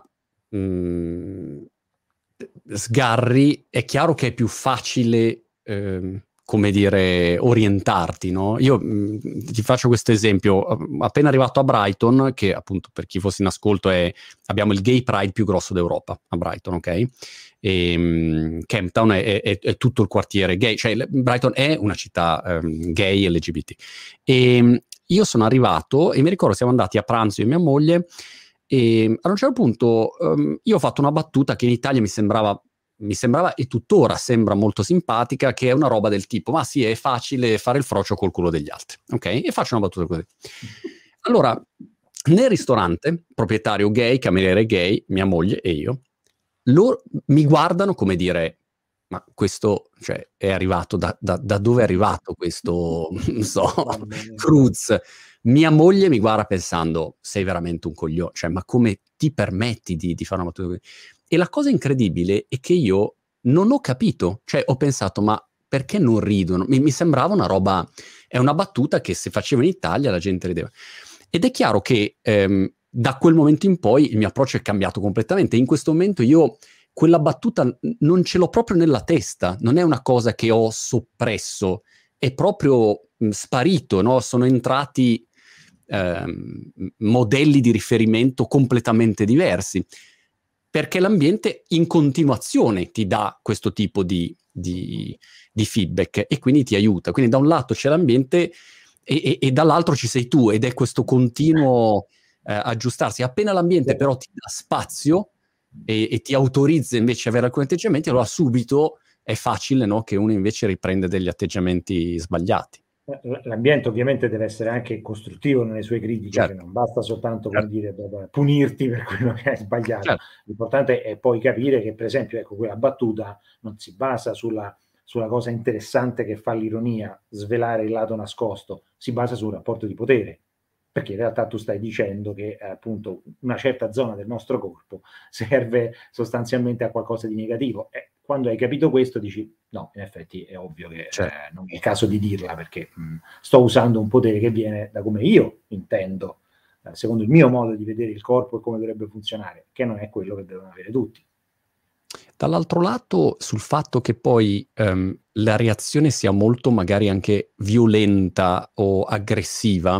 Speaker 1: sgarri, è chiaro che è più facile come dire, orientarti, no? Io ti faccio questo esempio. Appena arrivato a Brighton, che appunto per chi fosse in ascolto abbiamo il Gay Pride più grosso d'Europa a Brighton, ok? E Camptown è tutto il quartiere gay, cioè Brighton è una città gay e LGBT. E io sono arrivato e mi ricordo siamo andati a pranzo io e mia moglie e ad un certo punto io ho fatto una battuta che in Italia mi sembrava e tuttora sembra molto simpatica, che è una roba del tipo, ma sì, è facile fare il frocio col culo degli altri, ok? E faccio una battuta così. Allora, nel ristorante, proprietario gay, cameriere gay, mia moglie e io, loro mi guardano come dire, ma questo, cioè, è arrivato da dove è arrivato questo, non so, Cruz? Mia moglie mi guarda pensando, sei veramente un coglione, cioè, ma come ti permetti di fare una battuta così? E la cosa incredibile è che io non ho capito, cioè ho pensato, ma perché non ridono? Mi sembrava una roba, è una battuta che se facevo in Italia la gente rideva. Ed è chiaro che da quel momento in poi il mio approccio è cambiato completamente. In questo momento io quella battuta non ce l'ho proprio nella testa, non è una cosa che ho soppresso, è proprio sparito, no? Sono entrati modelli di riferimento completamente diversi, perché l'ambiente in continuazione ti dà questo tipo di feedback e quindi ti aiuta. Quindi da un lato c'è l'ambiente e dall'altro ci sei tu, ed è questo continuo aggiustarsi. Appena l'ambiente però ti dà spazio e ti autorizza invece a avere alcuni atteggiamenti, allora subito è facile, no, che uno invece riprende degli atteggiamenti sbagliati.
Speaker 2: L'ambiente ovviamente deve essere anche costruttivo nelle sue critiche,
Speaker 1: Certo.
Speaker 2: cioè non basta soltanto, come
Speaker 1: Certo.
Speaker 2: dire, punirti per quello che hai sbagliato.
Speaker 1: Certo.
Speaker 2: L'importante è poi capire che, per esempio, ecco, quella battuta non si basa sulla cosa interessante che fa l'ironia, svelare il lato nascosto, si basa sul rapporto di potere, perché in realtà tu stai dicendo che appunto una certa zona del nostro corpo serve sostanzialmente a qualcosa di negativo. Quando hai capito questo dici no, in effetti è ovvio che
Speaker 1: Certo.
Speaker 2: non è il caso di dirla, perché sto usando un potere che viene da come io intendo, secondo il mio modo di vedere il corpo e come dovrebbe funzionare, che non è quello che devono avere tutti.
Speaker 1: Dall'altro lato, sul fatto che poi la reazione sia molto magari anche violenta o aggressiva,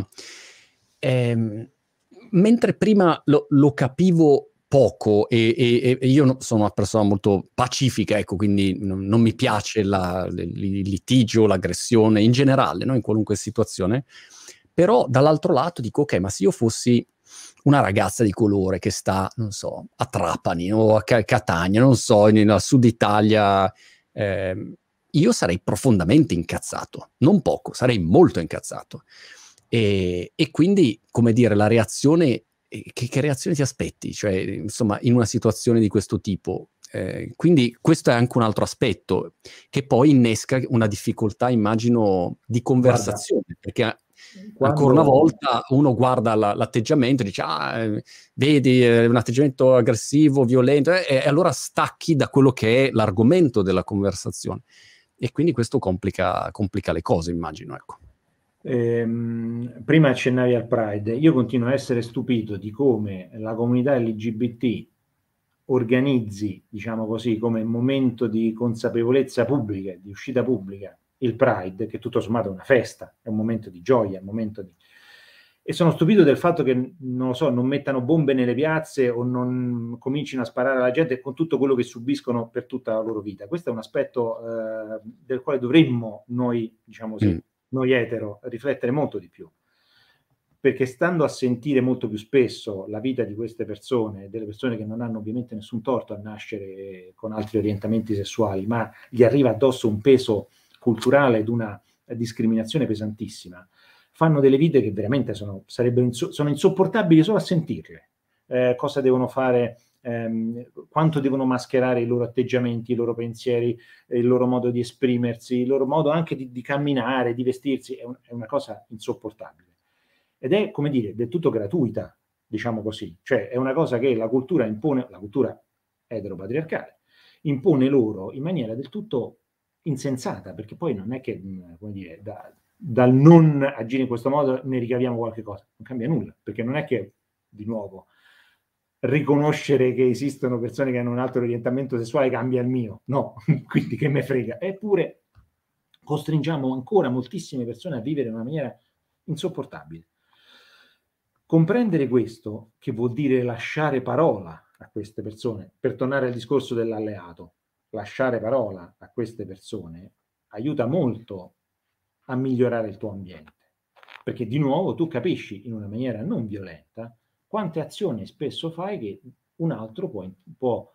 Speaker 1: mentre prima lo capivo poco e io sono una persona molto pacifica, ecco, quindi non mi piace il litigio, l'aggressione in generale, no? In qualunque situazione, però dall'altro lato dico ok, ma se io fossi una ragazza di colore che sta, non so, a Trapani o a Catania, non so, nel sud Italia, io sarei profondamente incazzato, non poco, sarei molto incazzato. E quindi, come dire, la reazione, che reazione ti aspetti? Cioè, insomma, in una situazione di questo tipo. Quindi questo è anche un altro aspetto che poi innesca una difficoltà, immagino, di conversazione, perché ancora una volta uno guarda l'atteggiamento e dice vedi, un atteggiamento aggressivo, violento, e allora stacchi da quello che è l'argomento della conversazione, e quindi questo complica le cose, immagino, ecco.
Speaker 2: Prima accennavi al Pride, io continuo a essere stupito di come la comunità LGBT organizzi, diciamo così, come momento di consapevolezza pubblica, di uscita pubblica, il Pride, che tutto sommato è una festa, è un momento di gioia, è un momento di... E sono stupito del fatto che, non lo so, non mettano bombe nelle piazze o non comincino a sparare alla gente con tutto quello che subiscono per tutta la loro vita. Questo è un aspetto del quale dovremmo noi, diciamo così, noi etero, riflettere molto di più. Perché stando a sentire molto più spesso la vita di queste persone, delle persone che non hanno ovviamente nessun torto a nascere con altri orientamenti sessuali, ma gli arriva addosso un peso culturale ed una discriminazione pesantissima, fanno delle vite che veramente sono insopportabili solo a sentirle. Cosa devono fare, quanto devono mascherare i loro atteggiamenti, i loro pensieri, il loro modo di esprimersi, il loro modo anche di camminare, di vestirsi, è una cosa insopportabile. Ed è, come dire, del tutto gratuita, diciamo così. Cioè è una cosa che la cultura impone, la cultura eteropatriarcale, impone loro in maniera del tutto insensata, perché poi non è che, come dire, dal non agire in questo modo ne ricaviamo qualche cosa, non cambia nulla, perché non è che, di nuovo, riconoscere che esistono persone che hanno un altro orientamento sessuale cambia il mio, no, quindi che me frega. Eppure costringiamo ancora moltissime persone a vivere in una maniera insopportabile. Comprendere questo, che vuol dire lasciare parola a queste persone, per tornare al discorso dell'alleato, lasciare parola a queste persone aiuta molto a migliorare il tuo ambiente, perché di nuovo tu capisci in una maniera non violenta quante azioni spesso fai che un altro può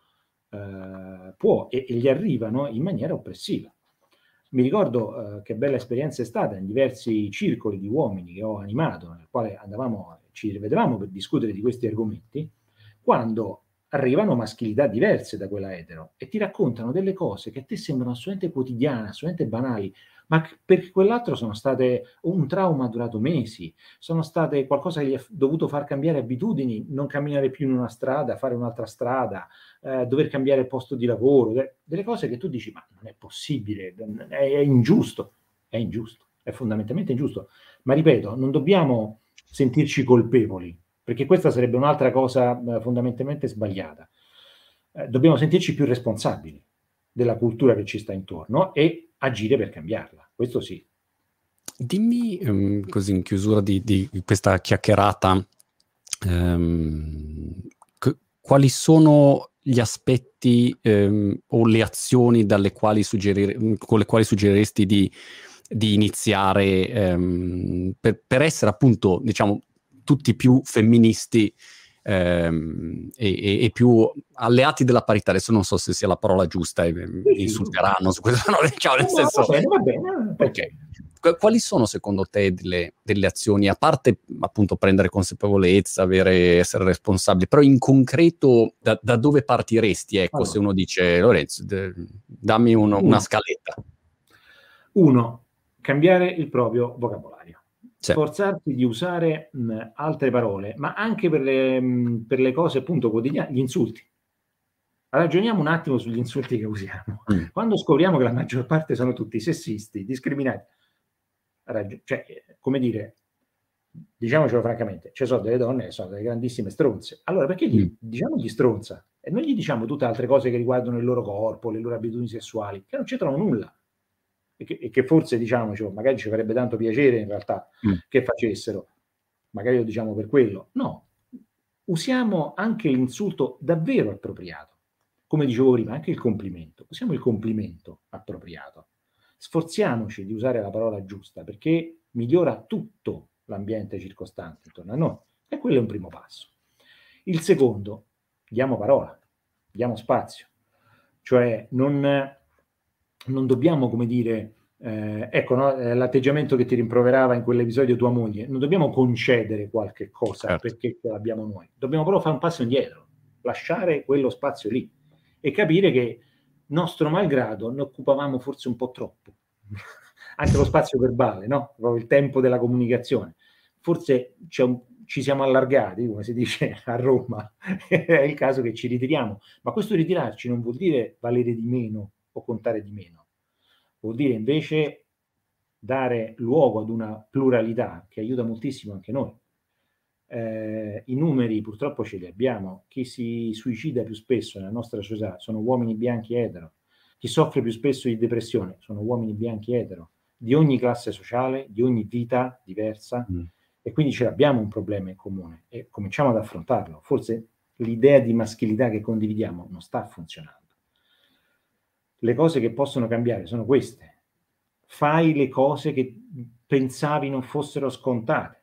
Speaker 2: e gli arrivano in maniera oppressiva. Mi ricordo che bella esperienza è stata in diversi circoli di uomini che ho animato, nel quale ci rivedevamo per discutere di questi argomenti, quando arrivano maschilità diverse da quella etero e ti raccontano delle cose che a te sembrano assolutamente quotidiane, assolutamente banali, ma per quell'altro sono state un trauma durato mesi, sono state qualcosa che gli ha dovuto far cambiare abitudini, non camminare più in una strada, fare un'altra strada, dover cambiare posto di lavoro, delle cose che tu dici ma non è possibile, è ingiusto, è fondamentalmente ingiusto. Ma ripeto, non dobbiamo sentirci colpevoli, perché questa sarebbe un'altra cosa fondamentalmente sbagliata. Dobbiamo sentirci più responsabili della cultura che ci sta intorno e agire per cambiarla, questo sì.
Speaker 1: Dimmi, così in chiusura di questa chiacchierata, quali sono gli aspetti o le azioni con le quali suggeriresti di iniziare per essere appunto, diciamo, tutti più femministi e più alleati della parità. Adesso non so se sia la parola giusta, mi
Speaker 2: Sì, sì.
Speaker 1: insulteranno su questo, no, diciamo, nel
Speaker 2: No, no,
Speaker 1: senso...
Speaker 2: va bene,
Speaker 1: Ok. Quali sono secondo te delle azioni, a parte appunto prendere consapevolezza, essere responsabili, però in concreto da dove partiresti? Ecco,
Speaker 2: allora,
Speaker 1: se uno dice Lorenzo, dammi una
Speaker 2: uno,
Speaker 1: scaletta.
Speaker 2: uno, cambiare il proprio vocabolario.
Speaker 1: Sì.
Speaker 2: Sforzarsi di usare altre parole, ma anche per le cose appunto quotidiane, gli insulti. Ragioniamo un attimo sugli insulti che usiamo. Quando scopriamo che la maggior parte sono tutti sessisti, discriminati, cioè, come dire, diciamocelo francamente, ci sono delle donne che sono delle grandissime stronze. Allora perché diciamo gli stronza? E non gli diciamo tutte altre cose che riguardano il loro corpo, le loro abitudini sessuali, che non c'entrano nulla. E che forse, diciamoci, magari ci farebbe tanto piacere in realtà che facessero. Magari lo diciamo per quello. No, usiamo anche l'insulto davvero appropriato. Come dicevo prima, anche il complimento. Usiamo il complimento appropriato. Sforziamoci di usare la parola giusta perché migliora tutto l'ambiente circostante intorno a noi. E quello è un primo passo. Il secondo, diamo parola, diamo spazio. Cioè non dobbiamo, come dire, ecco, no, l'atteggiamento che ti rimproverava in quell'episodio tua moglie, non dobbiamo concedere qualche cosa
Speaker 1: Certo.
Speaker 2: perché ce l'abbiamo noi. Dobbiamo però fare un passo indietro, lasciare quello spazio lì e capire che nostro malgrado ne occupavamo forse un po' troppo. Anche lo spazio verbale, no? Proprio il tempo della comunicazione. Forse ci siamo allargati, come si dice a Roma, è il caso che ci ritiriamo. Ma questo ritirarci non vuol dire valere di meno o contare di meno. Vuol dire invece dare luogo ad una pluralità che aiuta moltissimo anche noi. I numeri purtroppo ce li abbiamo. Chi si suicida più spesso nella nostra società sono uomini bianchi etero. Chi soffre più spesso di depressione sono uomini bianchi etero, di ogni classe sociale, di ogni vita diversa. E quindi ce l'abbiamo un problema in comune e cominciamo ad affrontarlo. Forse l'idea di maschilità che condividiamo non sta funzionando. Le cose che possono cambiare sono queste. Fai le cose che pensavi non fossero scontate.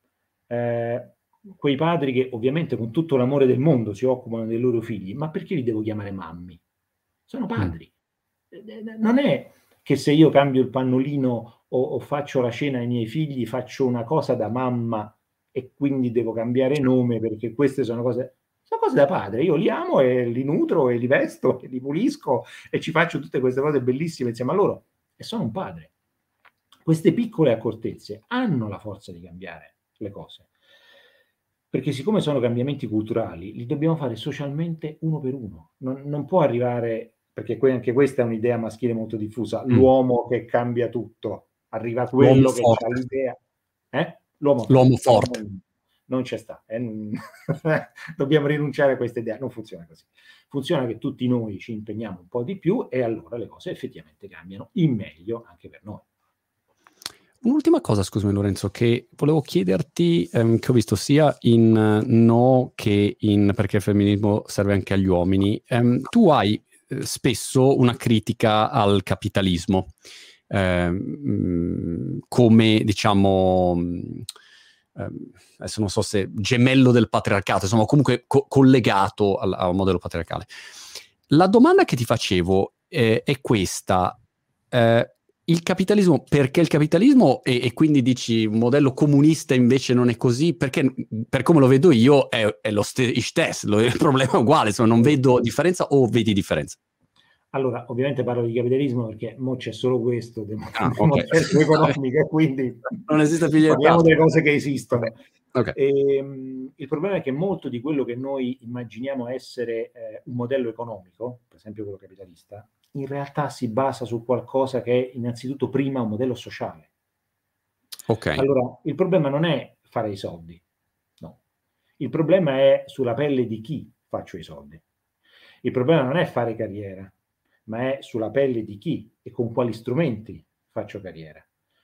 Speaker 2: Quei padri che ovviamente con tutto l'amore del mondo si occupano dei loro figli, ma perché li devo chiamare mammi? Sono padri. Non è che se io cambio il pannolino o faccio la cena ai miei figli, faccio una cosa da mamma e quindi devo cambiare nome perché queste sono cose da padre. Io li amo e li nutro e li vesto e li pulisco e ci faccio tutte queste cose bellissime insieme a loro e sono un padre. Queste piccole accortezze hanno la forza di cambiare le cose. Perché siccome sono cambiamenti culturali, li dobbiamo fare socialmente uno per uno. Non può arrivare, perché anche questa è un'idea maschile molto diffusa, l'uomo che cambia tutto. Arriva quello che ha l'idea. L'uomo
Speaker 1: forte.
Speaker 2: Non c'è sta. Dobbiamo rinunciare a questa idea. Non funziona così. Funziona che tutti noi ci impegniamo un po' di più e allora le cose effettivamente cambiano in meglio anche per noi.
Speaker 1: Un'ultima cosa, scusami Lorenzo, che volevo chiederti, che ho visto sia in No che in Perché il femminismo serve anche agli uomini. Tu hai spesso una critica al capitalismo, come diciamo, adesso non so se gemello del patriarcato, insomma comunque collegato al modello patriarcale. La domanda che ti facevo è questa. Il capitalismo, perché il capitalismo e quindi dici un modello comunista invece non è così? Perché per come lo vedo io è lo stesso, il problema è uguale, insomma, non vedo differenza o vedi differenza?
Speaker 2: Allora, ovviamente parlo di capitalismo perché mo c'è solo questo,
Speaker 1: Okay.
Speaker 2: economico, e quindi
Speaker 1: non esiste più
Speaker 2: parliamo
Speaker 1: nient'altro.
Speaker 2: delle cose che esistono.
Speaker 1: Okay.
Speaker 2: Il problema è che molto di quello che noi immaginiamo essere un modello economico, per esempio quello capitalista, in realtà si basa su qualcosa che è innanzitutto prima un modello sociale.
Speaker 1: Okay.
Speaker 2: Allora, il problema non è fare i soldi, no. Il problema è sulla pelle di chi faccio i soldi. Il problema non è fare carriera, ma è sulla pelle di chi e con quali strumenti faccio carriera.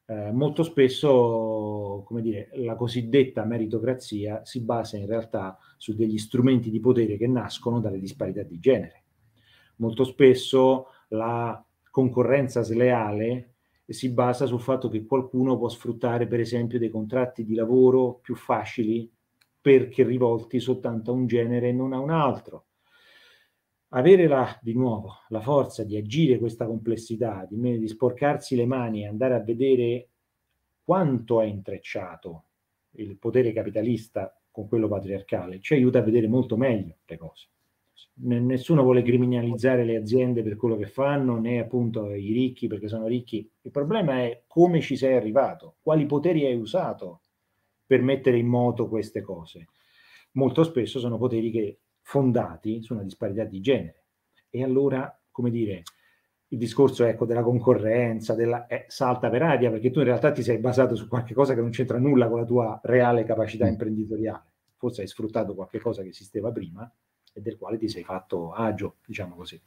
Speaker 2: molto spesso, come dire, la cosiddetta meritocrazia si basa in realtà su degli strumenti di potere che nascono dalle disparità di genere. Molto spesso la concorrenza sleale si basa sul fatto che qualcuno può sfruttare, per esempio, dei contratti di lavoro più facili perché rivolti soltanto a un genere e non a un altro. Avere di nuovo la forza di agire questa complessità, di sporcarsi le mani e andare a vedere quanto è intrecciato il potere capitalista con quello patriarcale, ci aiuta a vedere molto meglio le cose. Nessuno vuole criminalizzare le aziende per quello che fanno, né appunto i ricchi perché sono ricchi. Il problema è come ci sei arrivato, quali poteri hai usato per mettere in moto queste cose. Molto spesso sono poteri che fondati su una disparità di genere. E allora, come dire, il discorso ecco, della concorrenza salta per aria perché tu in realtà ti sei basato su qualche cosa che non c'entra nulla con la tua reale capacità imprenditoriale. Forse hai sfruttato qualche cosa che esisteva prima e del quale ti sei fatto agio, diciamo così.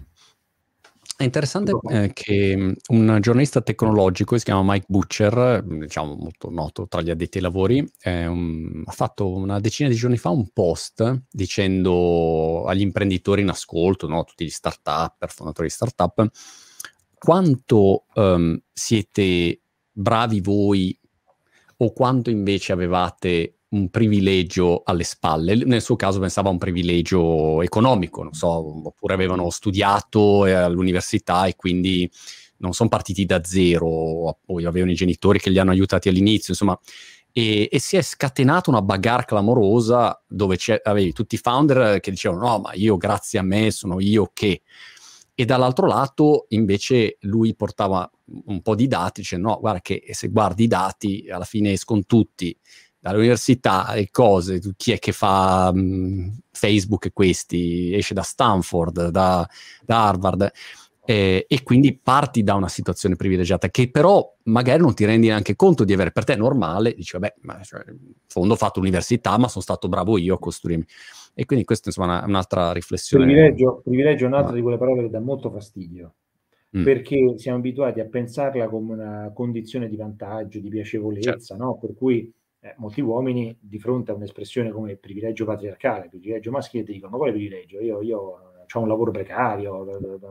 Speaker 1: È interessante che un giornalista tecnologico che si chiama Mike Butcher, diciamo molto noto tra gli addetti ai lavori, ha fatto una decina di giorni fa un post dicendo agli imprenditori in ascolto, no, tutti gli start-up, fondatori di start-up, quanto siete bravi voi o quanto invece avevate un privilegio alle spalle. Nel suo caso pensava a un privilegio economico, non so, oppure avevano studiato all'università e quindi non sono partiti da zero, poi avevano i genitori che li hanno aiutati all'inizio, insomma, e si è scatenata una bagarre clamorosa dove avevi tutti i founder che dicevano no, ma io grazie a me sono io che... E dall'altro lato invece lui portava un po' di dati, dicendo no, guarda che se guardi i dati alla fine escono tutti dall'università e cose, chi è che fa Facebook e questi, esce da Stanford, da Harvard, e quindi parti da una situazione privilegiata che però magari non ti rendi neanche conto di avere. Per te è normale, dici vabbè, ma cioè, in fondo ho fatto l'università ma sono stato bravo io a costruirmi. E quindi questa insomma è un'altra riflessione.
Speaker 2: Privilegio è un'altra di quelle parole che dà molto fastidio, perché siamo abituati a pensarla come una condizione di vantaggio, di piacevolezza, certo. No? Per cui molti uomini di fronte a un'espressione come privilegio patriarcale, privilegio maschile, ti dicono ma quale privilegio? Io ho un lavoro precario,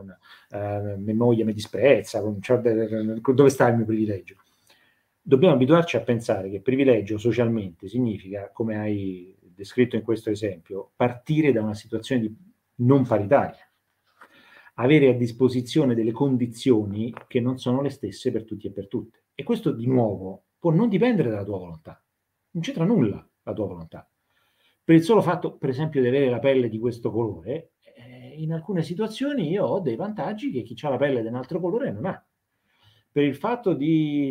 Speaker 2: mia moglie mi disprezza, dove sta il mio privilegio? Dobbiamo abituarci a pensare che privilegio socialmente significa, come hai descritto in questo esempio, partire da una situazione di non paritaria, avere a disposizione delle condizioni che non sono le stesse per tutti e per tutte. E questo di nuovo può non dipendere dalla tua volontà, non c'entra nulla la tua volontà. Per il solo fatto, per esempio, di avere la pelle di questo colore, in alcune situazioni io ho dei vantaggi che chi ha la pelle di un altro colore non ha. Per il fatto di,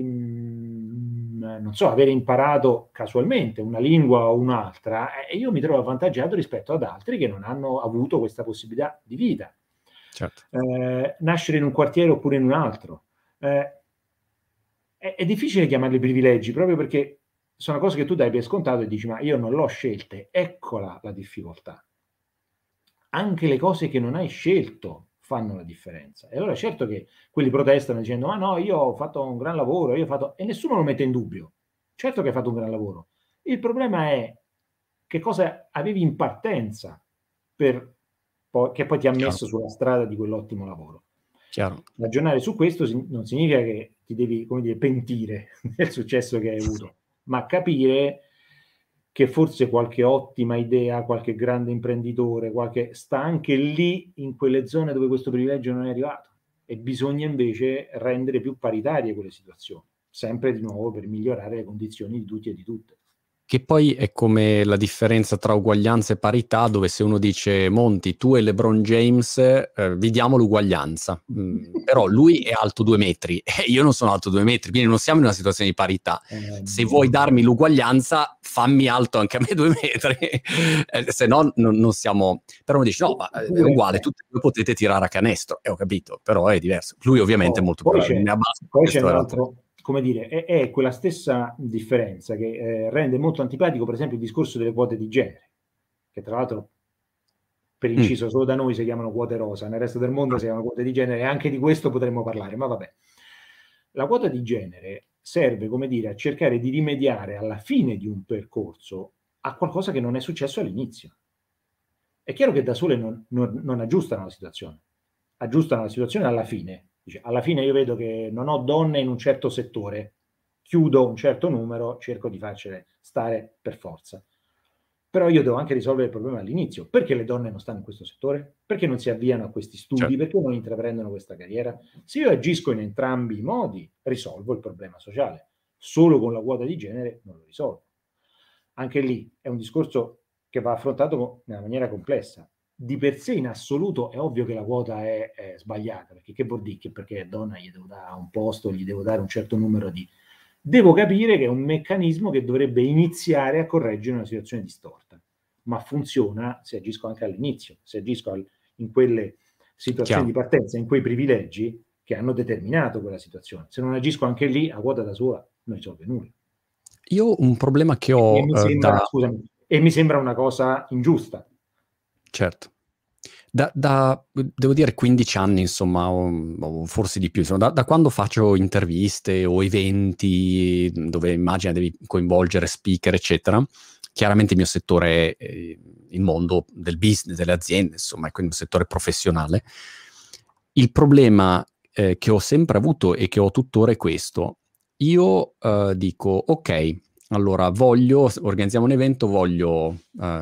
Speaker 2: non so, avere imparato casualmente una lingua o un'altra, io mi trovo avvantaggiato rispetto ad altri che non hanno avuto questa possibilità di vita.
Speaker 1: Certo.
Speaker 2: Nascere in un quartiere oppure in un altro. È difficile chiamarli privilegi, proprio perché sono cose che tu dai per scontato e dici ma io non l'ho scelte. Eccola la difficoltà. Anche le cose che non hai scelto fanno la differenza. E allora certo che quelli protestano dicendo ma no, io ho fatto un gran lavoro, e nessuno lo mette in dubbio. Certo che hai fatto un gran lavoro. Il problema è che cosa avevi in partenza che poi ti ha messo sulla strada di quell'ottimo lavoro.
Speaker 1: Chiaro.
Speaker 2: Ragionare su questo non significa che ti devi, come dire, pentire del successo che hai avuto, ma capire che forse qualche ottima idea, qualche grande imprenditore, sta anche lì in quelle zone dove questo privilegio non è arrivato e bisogna invece rendere più paritarie quelle situazioni, sempre di nuovo per migliorare le condizioni di tutti e di tutte.
Speaker 1: Che poi è come la differenza tra uguaglianza e parità, dove se uno dice Monti, tu e LeBron James vi diamo l'uguaglianza, però lui è alto 2 metri e io non sono alto 2 metri, quindi non siamo in una situazione di parità. Se vuoi darmi l'uguaglianza, fammi alto anche a me 2 metri, se no non siamo... Però uno dice no, ma è uguale, tutti e due potete tirare a canestro, ho capito, però è diverso. Lui ovviamente è molto più bravo.
Speaker 2: Poi c'è un altro... come dire, è quella stessa differenza che rende molto antipatico, per esempio, il discorso delle quote di genere, che tra l'altro, per inciso, solo da noi si chiamano quote rosa, nel resto del mondo si chiamano quote di genere, e anche di questo potremmo parlare, ma vabbè. La quota di genere serve, come dire, a cercare di rimediare alla fine di un percorso a qualcosa che non è successo all'inizio. È chiaro che da sole non aggiustano la situazione, aggiustano la situazione alla fine. Dice, alla fine io vedo che non ho donne in un certo settore, chiudo un certo numero, cerco di farcele stare per forza. Però io devo anche risolvere il problema all'inizio. Perché le donne non stanno in questo settore? Perché non si avviano a questi studi?
Speaker 1: Certo.
Speaker 2: Perché non intraprendono questa carriera? Se io agisco in entrambi i modi, risolvo il problema sociale. Solo con la quota di genere non lo risolvo. Anche lì è un discorso che va affrontato nella maniera complessa. Di per sé in assoluto è ovvio che la quota è sbagliata, perché che vuol dire che perché è donna gli devo dare un posto, gli devo dare un certo numero di... Devo capire che è un meccanismo che dovrebbe iniziare a correggere una situazione distorta, ma funziona se agisco anche all'inizio, se agisco in quelle situazioni
Speaker 1: Chiaro.
Speaker 2: di partenza, in quei privilegi che hanno determinato quella situazione. Se non agisco anche lì, a quota da sola non risolve nulla.
Speaker 1: Io un problema che
Speaker 2: E
Speaker 1: ho
Speaker 2: mi sembra, scusami, e mi sembra una cosa ingiusta.
Speaker 1: Certo. Devo dire 15 anni, insomma, o forse di più, insomma, da quando faccio interviste o eventi dove immagina devi coinvolgere speaker, eccetera, chiaramente il mio settore è il mondo del business, delle aziende, insomma, è quindi un settore professionale. Il problema che ho sempre avuto e che ho tuttora è questo. Io dico, ok, allora organizziamo un evento, voglio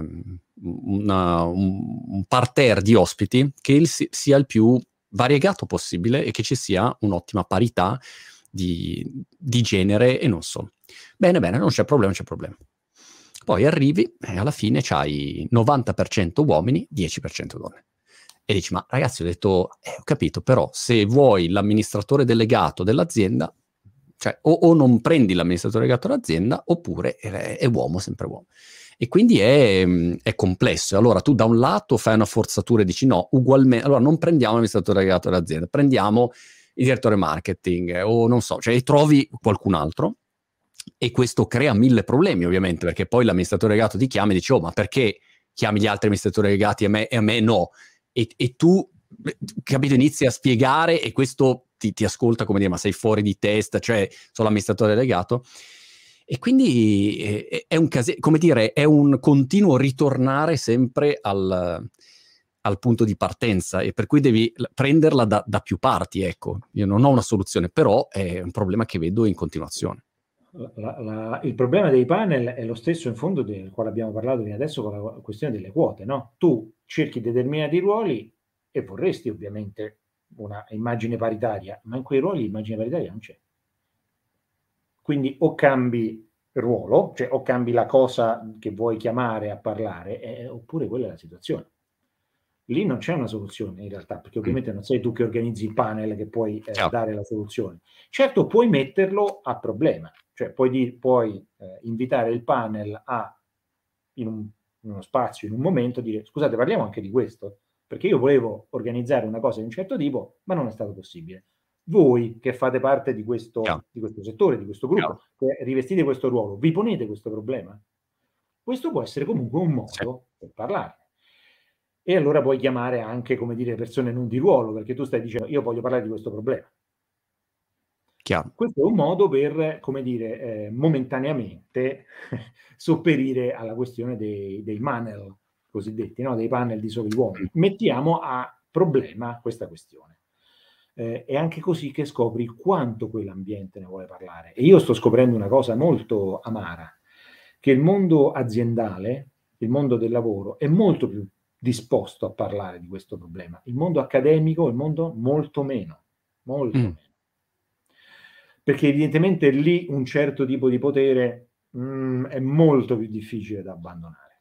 Speaker 1: un parterre di ospiti che sia il più variegato possibile e che ci sia un'ottima parità di genere e non solo. Bene, non c'è problema, non c'è problema. Poi arrivi e alla fine c'hai 90% uomini, 10% donne. E dici, ma ragazzi, ho detto, ho capito, però se vuoi l'amministratore delegato dell'azienda, cioè o non prendi l'amministratore delegato dell'azienda, oppure è uomo, sempre uomo. E quindi è complesso. Allora tu da un lato fai una forzatura e dici no, ugualmente, allora non prendiamo l'amministratore delegato dell'azienda, prendiamo il direttore marketing o non so, cioè trovi qualcun altro. E questo crea 1000 problemi, ovviamente, perché poi l'amministratore delegato ti chiama e dice, oh, ma perché chiami gli altri amministratori delegati e a me no? E tu, capito, inizi a spiegare e questo ti ascolta come dire, ma sei fuori di testa, cioè sono l'amministratore delegato. E quindi è un come dire, è un continuo ritornare sempre al punto di partenza e per cui devi prenderla da più parti, ecco. Io non ho una soluzione, però è un problema che vedo in continuazione.
Speaker 2: Il problema dei panel è lo stesso in fondo del quale abbiamo parlato fino adesso con la questione delle quote, no? Tu cerchi determinati ruoli e vorresti ovviamente una immagine paritaria, ma in quei ruoli l'immagine paritaria non c'è. Quindi o cambi ruolo, cioè o cambi la cosa che vuoi chiamare a parlare, oppure quella è la situazione. Lì non c'è una soluzione in realtà, perché ovviamente non sei tu che organizzi il panel che puoi dare la soluzione. Certo, puoi metterlo a problema, cioè puoi invitare il panel in uno spazio, in un momento, dire scusate, parliamo anche di questo, perché io volevo organizzare una cosa di un certo tipo, ma non è stato possibile. Voi che fate parte di questo settore, di questo gruppo, che rivestite questo ruolo, vi ponete questo problema? Questo può essere comunque un modo per parlarne. E allora puoi chiamare anche, come dire, persone non di ruolo, perché tu stai dicendo io voglio parlare di questo problema.
Speaker 1: Chiaro.
Speaker 2: Questo è un modo per, come dire, momentaneamente sopperire alla questione dei manel cosiddetti, no? Dei panel di soli uomini. Mettiamo a problema questa questione. È anche così che scopri quanto quell'ambiente ne vuole parlare. E io sto scoprendo una cosa molto amara, che il mondo aziendale, il mondo del lavoro, è molto più disposto a parlare di questo problema. Il mondo accademico, il mondo molto meno, molto meno. Perché evidentemente lì un certo tipo di potere è molto più difficile da abbandonare.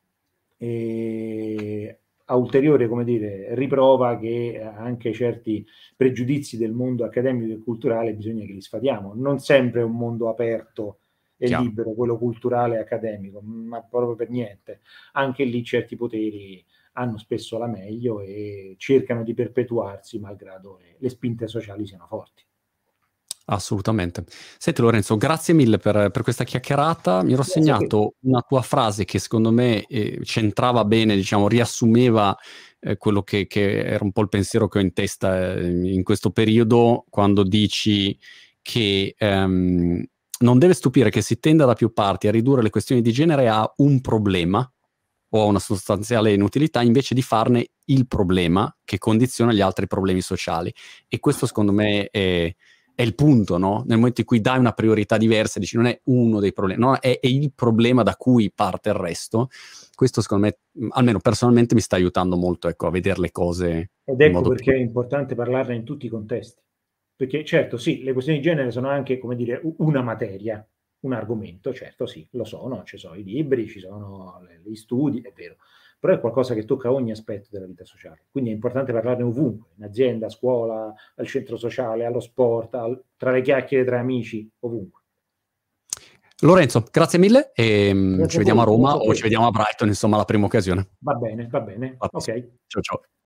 Speaker 2: E a ulteriore, come dire, riprova che anche certi pregiudizi del mondo accademico e culturale bisogna che li sfatiamo. Non sempre è un mondo aperto e libero, quello culturale e accademico, ma proprio per niente. Anche lì certi poteri hanno spesso la meglio e cercano di perpetuarsi malgrado le spinte sociali siano forti.
Speaker 1: Assolutamente. Senti Lorenzo, grazie mille per questa chiacchierata. Mi ero segnato una tua frase che secondo me centrava bene, diciamo, riassumeva quello che era un po' il pensiero che ho in testa in questo periodo, quando dici che non deve stupire che si tenda da più parti a ridurre le questioni di genere a un problema o a una sostanziale inutilità, invece di farne il problema che condiziona gli altri problemi sociali. E questo secondo me è il punto, no? Nel momento in cui dai una priorità diversa, dici non è uno dei problemi, no? È il problema da cui parte il resto. Questo secondo me, almeno personalmente, mi sta aiutando molto, ecco, a vedere le cose
Speaker 2: Ed
Speaker 1: in
Speaker 2: ecco
Speaker 1: modo
Speaker 2: perché
Speaker 1: più...
Speaker 2: è importante parlarne in tutti i contesti. Perché certo, sì, le questioni di genere sono anche, come dire, una materia, un argomento, certo, sì, lo sono, ci sono i libri, ci sono gli studi, è vero, però è qualcosa che tocca ogni aspetto della vita sociale. Quindi è importante parlarne ovunque, in azienda, a scuola, al centro sociale, allo sport, tra le chiacchiere tra amici, ovunque.
Speaker 1: Lorenzo, grazie mille e ci
Speaker 2: Grazie a
Speaker 1: vediamo a
Speaker 2: voi,
Speaker 1: Roma
Speaker 2: grazie a
Speaker 1: o ci
Speaker 2: te.
Speaker 1: vediamo a Brighton, insomma, alla prima occasione.
Speaker 2: Va bene,
Speaker 1: A
Speaker 2: ok.
Speaker 1: presto. Ciao ciao.